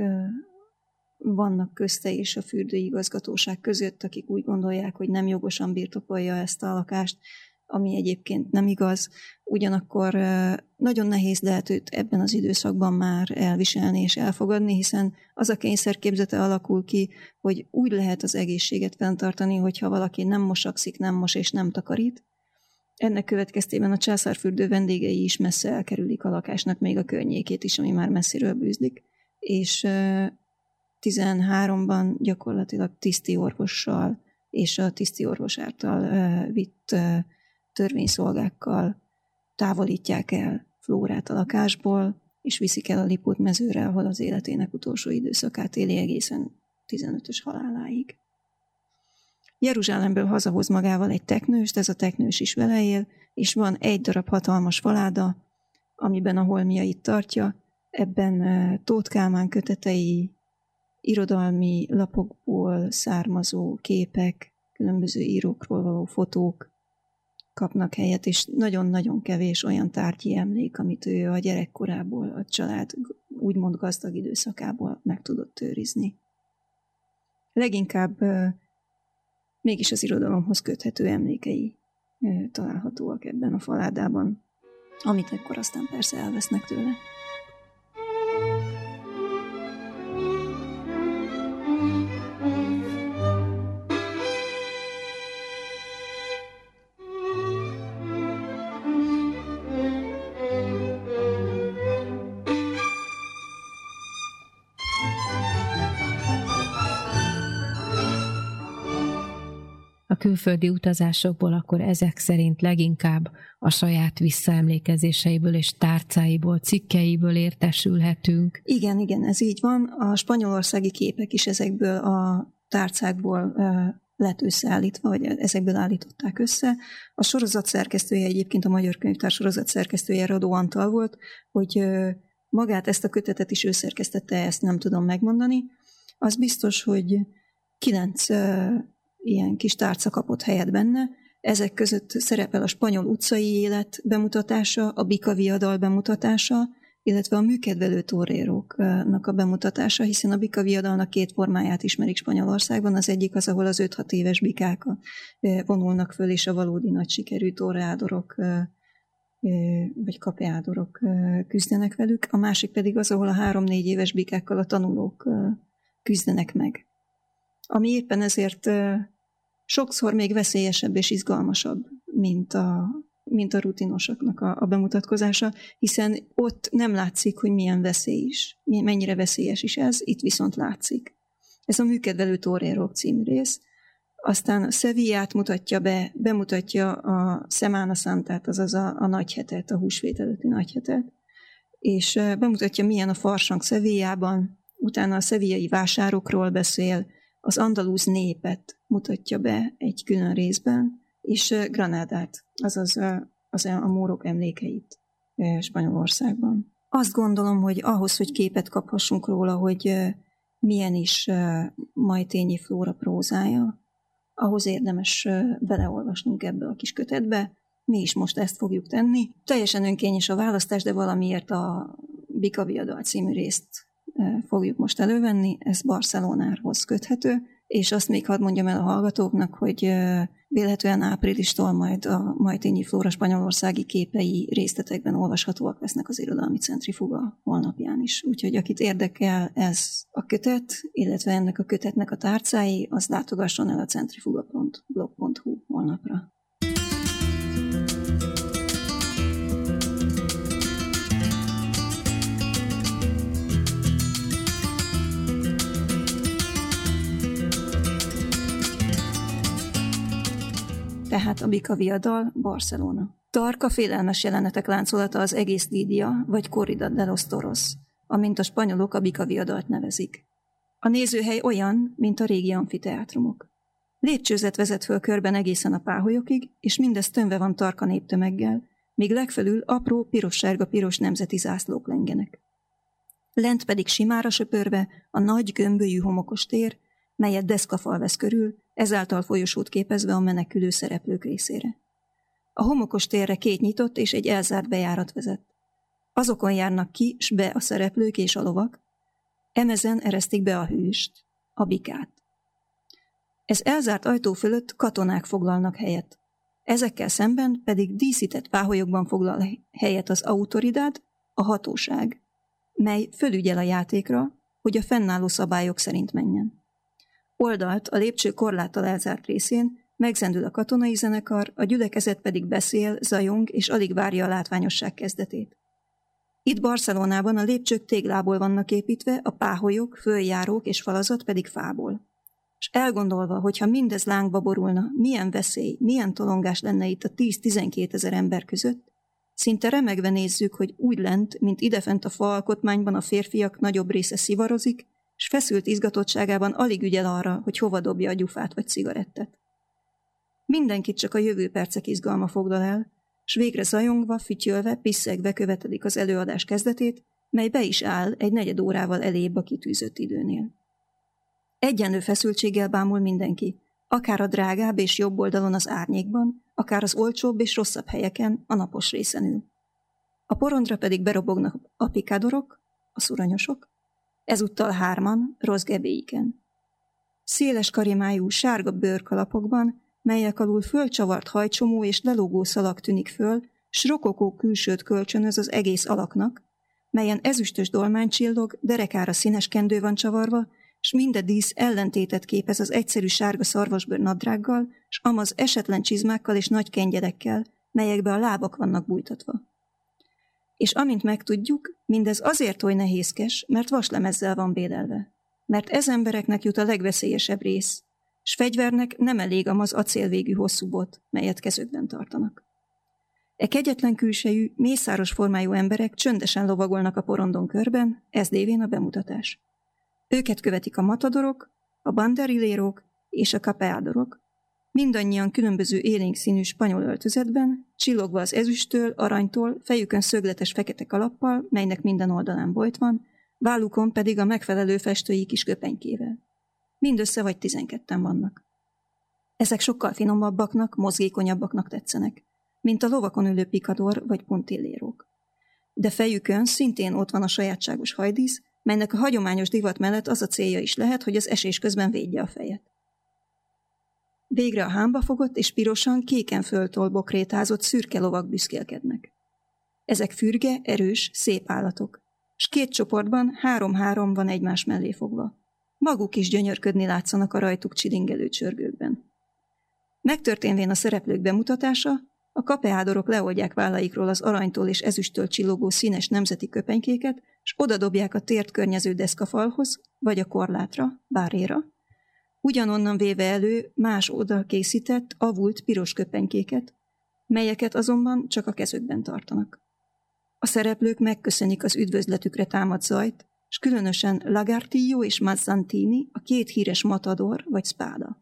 vannak közte és a fürdői igazgatóság között, akik úgy gondolják, hogy nem jogosan birtokolja ezt a lakást, ami egyébként nem igaz. Ugyanakkor nagyon nehéz lehet őt ebben az időszakban már elviselni és elfogadni, hiszen az a kényszerképzete alakul ki, hogy úgy lehet az egészséget fenntartani, hogyha valaki nem mosakszik, nem mos és nem takarít. Ennek következtében a császárfürdő vendégei is messze elkerülik a lakásnak még a környékét is, ami már messziről bűzlik. És 13-ban gyakorlatilag tisztiorvossal és a tisztiorvos által vitt törvényszolgákkal távolítják el Flórát a lakásból, és viszik el a Lipót mezőre, ahol az életének utolsó időszakát éli egészen 15-ös haláláig. Jeruzsálemből hazahoz magával egy teknőst, ez a teknős is vele él, és van egy darab hatalmas faláda, amiben a holmiait tartja, ebben Tóth Kálmán kötetei, irodalmi lapokból származó képek, különböző írókról való fotók kapnak helyet, és nagyon-nagyon kevés olyan tárgyi emlék, amit ő a gyerekkorából, a család úgymond gazdag időszakából meg tudott őrizni. Leginkább mégis az irodalomhoz köthető emlékei találhatóak ebben a faládában, amit ekkor aztán persze elvesznek tőle.
A külföldi utazásokból akkor ezek szerint leginkább a saját visszaemlékezéseiből és tárcáiból, cikkeiből értesülhetünk.
Igen, ez így van. A spanyolországi képek is ezekből a tárcákból lett összeállítva, vagy ezekből állították össze. A sorozat szerkesztője egyébként, a Magyar Könyvtár sorozat szerkesztője Radó Antal volt, hogy magát ezt a kötetet is ő szerkesztette, ezt nem tudom megmondani. Az biztos, hogy 9 ilyen kis tárca kapott helyet benne. Ezek között szerepel a spanyol utcai élet bemutatása, a Bika viadal bemutatása, illetve a műkedvelő toréroknak a bemutatása, hiszen a bikaviadalnak 2 formáját ismerik Spanyolországban. Az egyik az, ahol az 5-6 éves bikák vonulnak föl, és a valódi nagy sikerű torreádorok vagy kapeádorok küzdenek velük. A másik pedig az, ahol a 3-4 éves bikákkal a tanulók küzdenek meg. Ami éppen ezért sokszor még veszélyesebb és izgalmasabb, mint a rutinosoknak a bemutatkozása, hiszen ott nem látszik, hogy milyen veszély is, mennyire veszélyes is ez, itt viszont látszik. Ez a műkedvelő torérok című rész. Aztán a Sevillát bemutatja a Semana Santát, azaz a nagyhetet, a húsvét előtti nagyhetet, és bemutatja, milyen a farsang Sevillában, utána a sevillai vásárokról beszél, az andalúz népet mutatja be egy külön részben, és Granádát, azaz a mórok emlékeit Spanyolországban. Azt gondolom, hogy ahhoz, hogy képet kaphassunk róla, hogy milyen is Majtényi Flóra prózája, ahhoz érdemes beleolvasnunk ebbe a kis kötetbe. Mi is most ezt fogjuk tenni. Teljesen önkényes a választás, de valamiért a Bikaviadal című részt fogjuk most elővenni. Ez Barcelonához köthető, és azt még hadd mondjam el a hallgatóknak, hogy vélhetően áprilistól majd a Majtényi Flóra spanyolországi képei részletekben olvashatóak lesznek az Irodalmi Centrifuga honlapján is. Úgyhogy akit érdekel ez a kötet, illetve ennek a kötetnek a tárcái, az látogasson el a centrifuga.blog.hu honlapra. Tehát a Bikaviadal, Barcelona. Tarka félelmes jelenetek láncolata az egész Lídia, vagy Corrida de los Toros, amint a spanyolok a Bikaviadalt nevezik. A nézőhely olyan, mint a régi amfiteátrumok. Lépcsőzet vezet föl körben egészen a páholyokig, és mindez tömve van Tarka néptömeggel, míg legfelül apró piros-sárga-piros nemzeti zászlók lengenek. Lent pedig simára söpörve a nagy gömbölyű homokos tér, melyet deszkafal vesz körül, ezáltal folyosót képezve a menekülő szereplők részére. A homokos térre 2 nyitott és egy elzárt bejárat vezet. Azokon járnak ki s be a szereplők és a lovak, emezen eresztik be a hőst, a bikát. Ez elzárt ajtó fölött katonák foglalnak helyet. Ezekkel szemben pedig díszített páholyokban foglal helyet az autoridad, a hatóság, mely fölügyel a játékra, hogy a fennálló szabályok szerint menjen. Oldalt a lépcső korláttal elzárt részén megzendül a katonai zenekar, a gyülekezet pedig beszél, zajong és alig várja a látványosság kezdetét. Itt Barcelonában a lépcsők téglából vannak építve, a páholyok, följárók és falazat pedig fából. És elgondolva, hogyha mindez lángba borulna, milyen veszély, milyen tolongás lenne itt a 10-12 ezer ember között, szinte remegve nézzük, hogy úgy lent, mint idefent a faalkotmányban a férfiak nagyobb része szivarozik, és feszült izgatottságában alig ügyel arra, hogy hova dobja a gyufát vagy cigarettet. Mindenkit csak a jövő percek izgalma foglal el, s végre zajongva, fütyölve, pisszegve követelik az előadás kezdetét, mely be is áll egy 4 órával elébb a kitűzött időnél. Egyenlő feszültséggel bámul mindenki, akár a drágább és jobb oldalon az árnyékban, akár az olcsóbb és rosszabb helyeken, a napos részen ül. A porondra pedig berobognak a pikádorok, a szuranyosok, ezúttal 3-an, rossz gebéiken. Széles karimájú, sárga bőrkalapokban, melyek alul fölcsavart hajcsomó és lelógó szalag tűnik föl, s rokokó külsőt kölcsönöz az egész alaknak, melyen ezüstös dolmány csillog, derekára színes kendő van csavarva, s minden dísz ellentétet képez az egyszerű sárga szarvasbőr nadrággal, s amaz esetlen csizmákkal és nagy kengyelekkel, melyekbe a lábak vannak bújtatva. És amint megtudjuk, mindez azért oly nehézkes, mert vaslemezzel van bélelve. Mert ez embereknek jut a legveszélyesebb rész, s fegyvernek nem elég amaz acélvégű hosszú bot, melyet kezükben tartanak. E kegyetlen külsejű, mészáros formájú emberek csöndesen lovagolnak a porondon körben, ez lévén a bemutatás. Őket követik a matadorok, a banderilérok és a capeadorok, mindannyian különböző élénk színű spanyol öltözetben, csillogva az ezüsttől, aranytól, fejükön szögletes fekete kalappal, melynek minden oldalán bojt van, vállukon pedig a megfelelő festői kis köpenykével. Mindössze vagy 12-en vannak. Ezek sokkal finomabbaknak, mozgékonyabbaknak tetszenek, mint a lovakon ülő pikador vagy puntillérok. de fejükön szintén ott van a sajátságos hajdísz, melynek a hagyományos divat mellett az a célja is lehet, hogy az esés közben védje a fejet. Végre a hámba fogott és pirosan, kéken föltolbok rétázott szürke lovak büszkélkednek. Ezek fürge, erős, szép állatok, s 2 csoportban 3-3 van egymás mellé fogva. Maguk is gyönyörködni látszanak a rajtuk csilingelő csörgőkben. Megtörténvén a szereplők bemutatása, a kapeádorok leoldják vállaikról az aranytól és ezüsttől csillogó színes nemzeti köpenykéket, s odadobják a tért környező deszkafalhoz, vagy a korlátra, báréra, ugyanonnan véve elő más oda készített, avult piros köpenykéket, melyeket azonban csak a kezükben tartanak. A szereplők megköszönik az üdvözletükre támadt zajt, s különösen Lagartillo és Mazzantini, a 2 híres matador vagy spáda.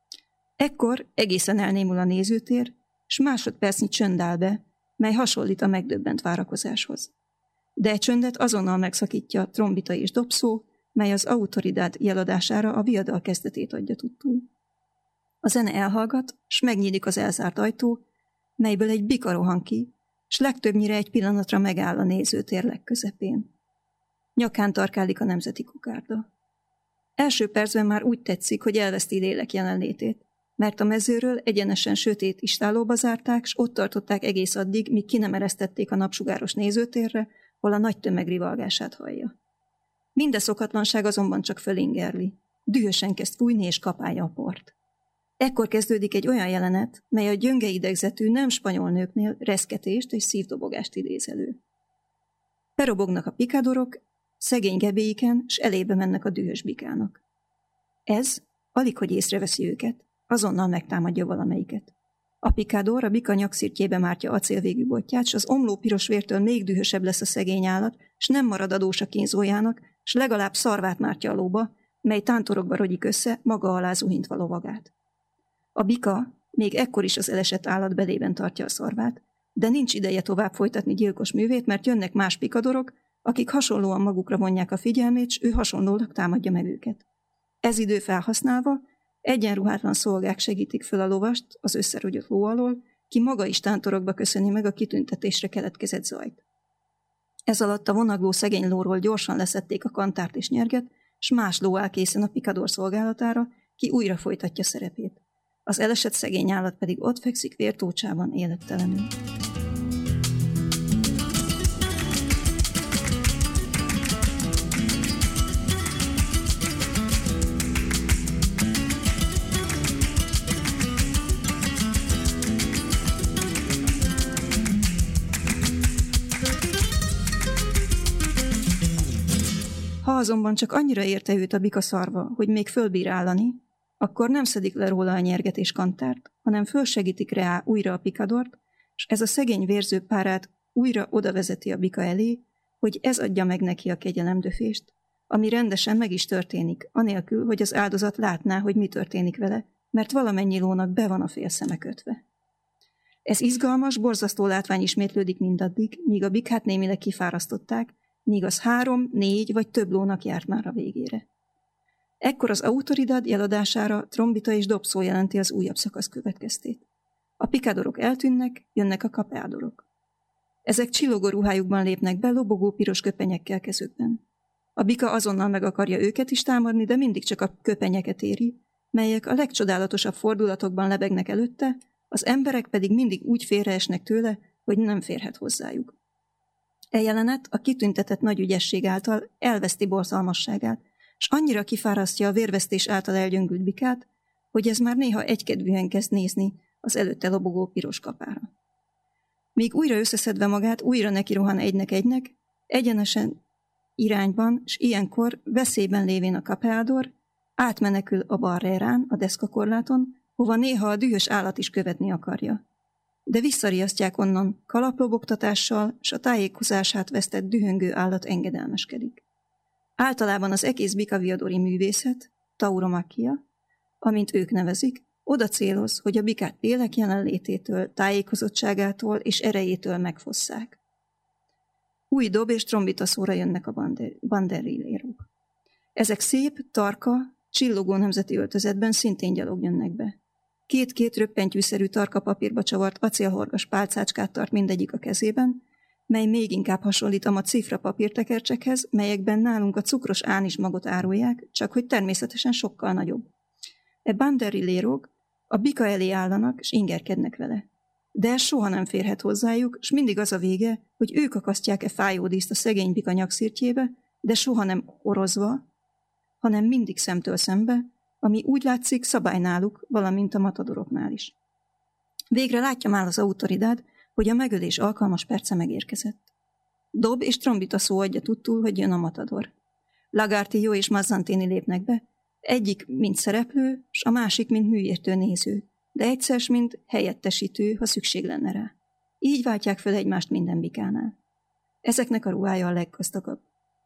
Ekkor egészen elnémul a nézőtér, s másodpercnyi csönd áll be, mely hasonlít a megdöbbent várakozáshoz. De egy csöndet azonnal megszakítja trombita és dobszó, mely az Autoridad jeladására a viadal kezdetét adja tudtul. A zene elhallgat, s megnyílik az elzárt ajtó, melyből egy bika rohan ki, s legtöbbnyire egy pillanatra megáll a nézőtér legközepén. Nyakán tarkálik a nemzeti kokárda. Első percben már úgy tetszik, hogy elveszti lélek jelenlétét, mert a mezőről egyenesen sötét istállóba zárták, s ott tartották egész addig, míg ki nem eresztették a napsugáros nézőtérre, hol a nagy tömeg rivalgását hallja. Minden szokatlanság azonban csak fölingerli. Dühösen kezd fújni és kapálja a port. Ekkor kezdődik egy olyan jelenet, mely a gyönge idegzetű nem spanyol nőknél reszketést és szívdobogást idéz elő. Perobognak a pikádorok, szegény gebéiken, s elébe mennek a dühös bikának. Ez, alig hogy észreveszi őket, azonnal megtámadja valamelyiket. A pikádor a bika nyakszirtjébe mártja acélvégű botját, s az omló piros vértől még dühösebb lesz a szegény állat, s nem marad adós a kínzójának, s legalább szarvát mártja a lóba, mely tántorokba rogyik össze, maga alá zuhintva lovagát. A bika még ekkor is az elesett állat belében tartja a szarvát, de nincs ideje tovább folytatni gyilkos művét, mert jönnek más pikadorok, akik hasonlóan magukra vonják a figyelmét, s ő hasonlólag támadja meg őket. Ez idő felhasználva egyenruhátlan szolgák segítik föl a lovast az összerogyott ló alól, ki maga is tántorokba köszöni meg a kitüntetésre keletkezett zajt. Ez alatt a vonagló szegény lóról gyorsan leszették a kantárt és nyerget, s más ló áll készen a pikador szolgálatára, ki újra folytatja szerepét. Az elesett szegény állat pedig ott fekszik vértócsában élettelenül. Ha azonban csak annyira érte őt a bika szarva, hogy még fölbír állani, akkor nem szedik le róla a nyerget és kantárt, hanem fölsegítik rá újra a pikadort, és ez a szegény vérző párát újra oda vezeti a bika elé, hogy ez adja meg neki a kegyelemdöfést, ami rendesen meg is történik, anélkül, hogy az áldozat látná, hogy mi történik vele, mert valamennyi lónak be van a félszeme kötve. Ez izgalmas, borzasztó látvány ismétlődik mindaddig, míg a bikát némileg kifárasztották, míg az 3, 4 vagy több lónak járt már a végére. Ekkor az Autoridad jeladására trombita és dobszó jelenti az újabb szakasz következtét. A pikádorok eltűnnek, jönnek a kapeádorok. Ezek csillogó ruhájukban lépnek be, lobogó piros köpenyekkel kezükben. A bika azonnal meg akarja őket is támadni, de mindig csak a köpenyeket éri, melyek a legcsodálatosabb fordulatokban lebegnek előtte, az emberek pedig mindig úgy félreesnek tőle, hogy nem férhet hozzájuk. E jelenet a kitüntetett nagy ügyesség által elveszti borzalmasságát, s annyira kifárasztja a vérvesztés által elgyöngült bikát, hogy ez már néha egykedvűen kezd nézni az előtte lobogó piros kapára. Míg újra összeszedve magát, újra neki rohan egynek, egyenesen irányban, s ilyenkor veszélyben lévén a kapeádor átmenekül a barrérán, a deszkakorláton, hova néha a dühös állat is követni akarja. De visszariasztják onnan kalaplobogtatással, s a tájékozását vesztett dühöngő állat engedelmeskedik. Általában az egész bikaviadori művészet, tauromakia, amint ők nevezik, oda céloz, hogy a bikát lélek jelenlététől, tájékozottságától és erejétől megfosszák. Új dob és trombita szóra jönnek a banderillérok. Ezek szép, tarka, csillogó nemzeti öltözetben szintén gyalog jönnek be. 2 röppentyűszerű tarka papírba csavart acélhorgas pálcácskát tart mindegyik a kezében, mely még inkább hasonlít a cifra papírtekercsekhez, melyekben nálunk a cukros ánismagot árulják, csak hogy természetesen sokkal nagyobb. Banderilérok a bika elé állanak, és ingerkednek vele. De ez soha nem férhet hozzájuk, és mindig az a vége, hogy ők akasztják fájódíszt a szegény bika nyakszirtjébe, de soha nem orozva, hanem mindig szemtől szembe, ami úgy látszik szabály náluk, valamint a matadoroknál is. Végre látja már az autoridád, hogy a megölés alkalmas perce megérkezett. Dob és trombita szó adja tudtul, hogy jön a matador. Lagartillo és Mazzantini lépnek be, egyik mint szereplő, s a másik mint műértő néző, de egyszer mint helyettesítő, ha szükség lenne rá. Így váltják fel egymást minden bikánál. Ezeknek a ruhája a leggazdagabb.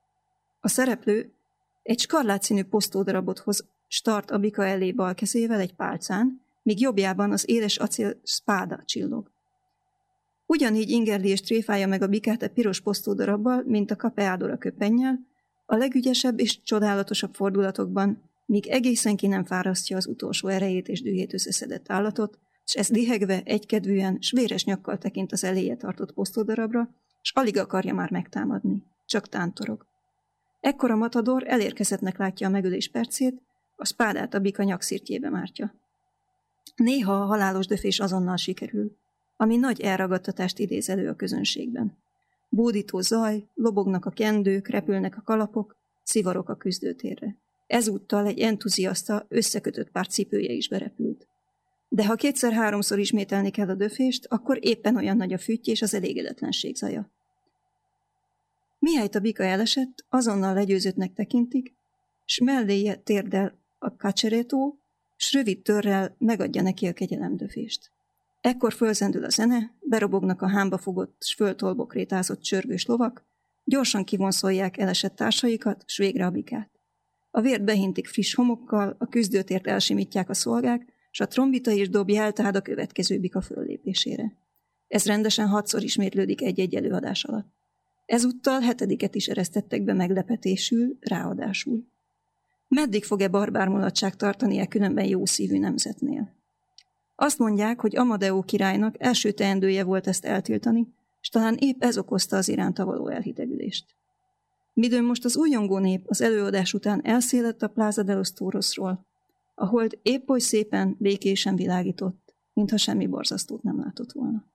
A szereplő egy skarlátszínű posztódarabot hoz start a bika elé bal kezével egy pálcán, míg jobbjában az éles acél spáda csillog. Ugyanígy ingerli és tréfálja meg a bikát a piros posztódarabbal, mint a capeadora köpennyel, a legügyesebb és csodálatosabb fordulatokban, míg egészen ki nem fárasztja az utolsó erejét és dühét összeszedett állatot, és ez lihegve, egykedvűen, s véres nyakkal tekint az eléje tartott posztódarabra, s alig akarja már megtámadni, csak tántorog. Ekkor a matador elérkezettnek látja a megölés percét, a spádát a bika nyakszirtjébe mártja. Néha a halálos döfés azonnal sikerül, ami nagy elragadtatást idéz elő a közönségben. Bódító zaj, lobognak a kendők, repülnek a kalapok, szivarok a küzdőtérre. Ezúttal egy entuziaszta, összekötött pár cipője is berepült. De ha kétszer-háromszor ismételni kell a döfést, akkor éppen olyan nagy a fütty és az elégedetlenség zaja. Mihelyt a bika elesett, azonnal legyőzöttnek tekintik, s melléje térdel a caceretó, s rövid törrel megadja neki a kegyelemdöfést. Ekkor fölzendül a zene, berobognak a hámba fogott s föltolbokrétázott csörgős lovak, gyorsan kivonszolják elesett társaikat, s végre a bikát. A vért behintik friss homokkal, a küzdőtért elsimítják a szolgák, s a trombita és dob jeltád a következő bika föllépésére. Ez rendesen 6-szor ismétlődik egy-egy előadás alatt. Ezúttal 7. is eresztettek be meglepetésül, ráadásul. Meddig fog-e barbármulatság tartani különben jó szívű nemzetnél? Azt mondják, hogy Amadeo királynak első teendője volt ezt eltiltani, és talán épp ez okozta az iránta való elhidegülést. Midőn most az újongó nép az előadás után elszélett a Plaza de los Torosról, a hold épp oly szépen, békésen világított, mintha semmi borzasztót nem látott volna.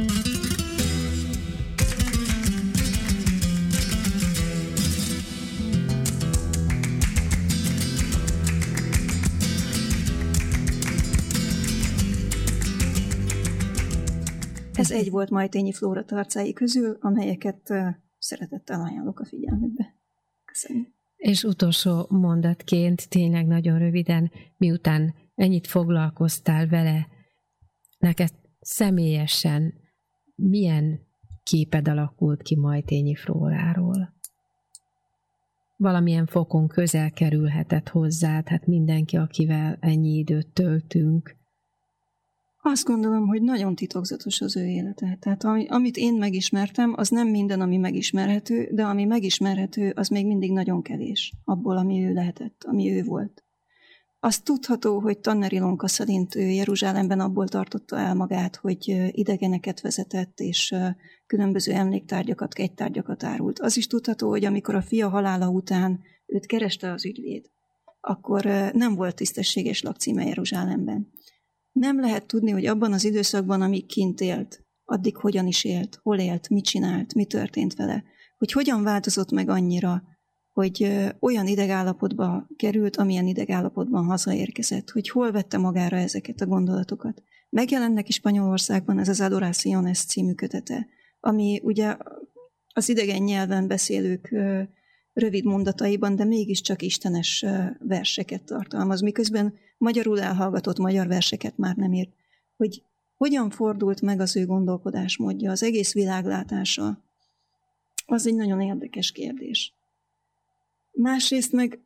Ez egy volt Majtényi Flóra tarcái közül, amelyeket szeretettel ajánlok a figyelmükbe. Köszönöm.
És utolsó mondatként, tényleg nagyon röviden, miután ennyit foglalkoztál vele, neked személyesen milyen képed alakult ki Majtényi Flóráról? Valamilyen fokon közel kerülhetett hozzád, hát mindenki, akivel ennyi időt töltünk.
Azt gondolom, hogy nagyon titokzatos az ő élete. Tehát amit én megismertem, az nem minden, ami megismerhető, de ami megismerhető, az még mindig nagyon kevés abból, ami ő lehetett, ami ő volt. Azt tudható, hogy Tanner Ilonka szerint ő Jeruzsálemben abból tartotta el magát, hogy idegeneket vezetett, és különböző emléktárgyakat, kegytárgyakat árult. Az is tudható, hogy amikor a fia halála után őt kereste az ügyvéd, akkor nem volt tisztességes lakcíme Jeruzsálemben. Nem lehet tudni, hogy abban az időszakban, amíg kint élt, addig hogyan is élt, hol élt, mit csinált, mi történt vele, hogy hogyan változott meg annyira, hogy olyan idegállapotba került, amilyen idegállapotban hazaérkezett, hogy hol vette magára ezeket a gondolatokat. Megjelent neki Spanyolországban ez az Adoraciones című kötete, ami ugye az idegen nyelven beszélők rövid mondataiban, de mégiscsak istenes verseket tartalmaz, miközben magyarul elhallgatott magyar verseket már nem írt. Hogy hogyan fordult meg az ő gondolkodásmódja, az egész világlátása, az egy nagyon érdekes kérdés. Másrészt meg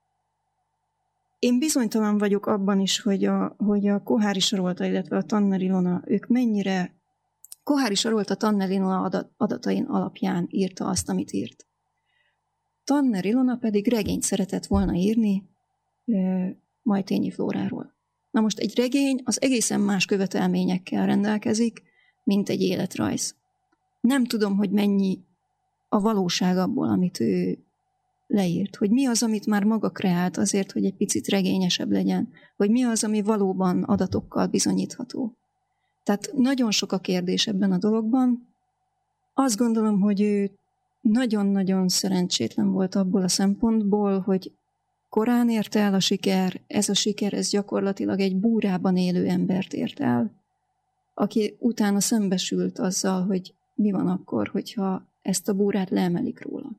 én bizonytalan vagyok abban is, hogy a Koháry Sarolta, illetve a Tanner Ilona, ők mennyire Koháry Sarolta Tanner Ilona adatain alapján írta azt, amit írt. Tanner Ilona pedig regényt szeretett volna írni Majtényi Flóráról. Na most egy regény az egészen más követelményekkel rendelkezik, mint egy életrajz. nem tudom, hogy mennyi a valóság abból, amit ő leírt, hogy mi az, amit már maga kreált azért, hogy egy picit regényesebb legyen, hogy mi az, ami valóban adatokkal bizonyítható. Tehát nagyon sok a kérdés ebben a dologban. Azt gondolom, hogy ő nagyon-nagyon szerencsétlen volt abból a szempontból, hogy korán ért el a siker, ez a siker, ez gyakorlatilag egy búrában élő embert ért el, aki utána szembesült azzal, hogy mi van akkor, hogyha ezt a búrát leemelik róla.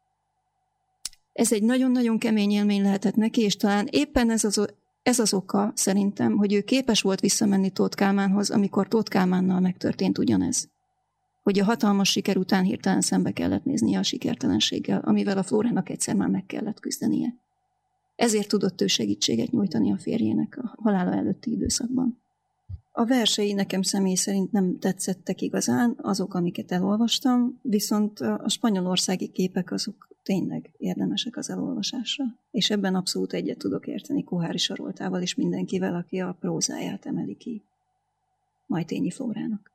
Ez egy nagyon-nagyon kemény élmény lehetett neki, és talán éppen ez az oka szerintem, hogy ő képes volt visszamenni Tóth Kálmánhoz, amikor Tóth Kálmánnal megtörtént ugyanez. Hogy a hatalmas siker után hirtelen szembe kellett néznie a sikertelenséggel, amivel a Flórának egyszer már meg kellett küzdenie. Ezért tudott ő segítséget nyújtani a férjének a halála előtti időszakban. A versei nekem személy szerint nem tetszettek igazán, azok, amiket elolvastam, viszont a spanyolországi képek azok tényleg érdemesek az elolvasásra. És ebben abszolút egyet tudok érteni Koháry Saroltával és mindenkivel, aki a prózáját emeli ki Majthényi Flórának.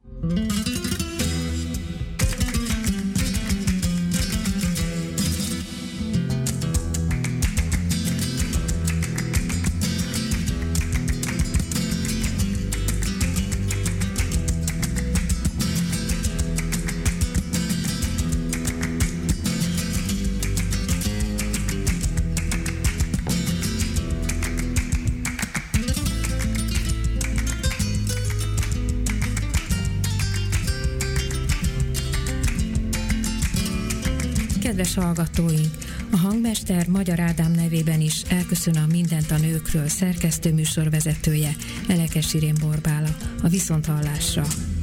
Kedves hallgatóink! A hangmester Magyar Ádám nevében is elköszön a Mindent a nőkről szerkesztő műsorvezetője, Elekes Irén Borbála. A viszonthallásra!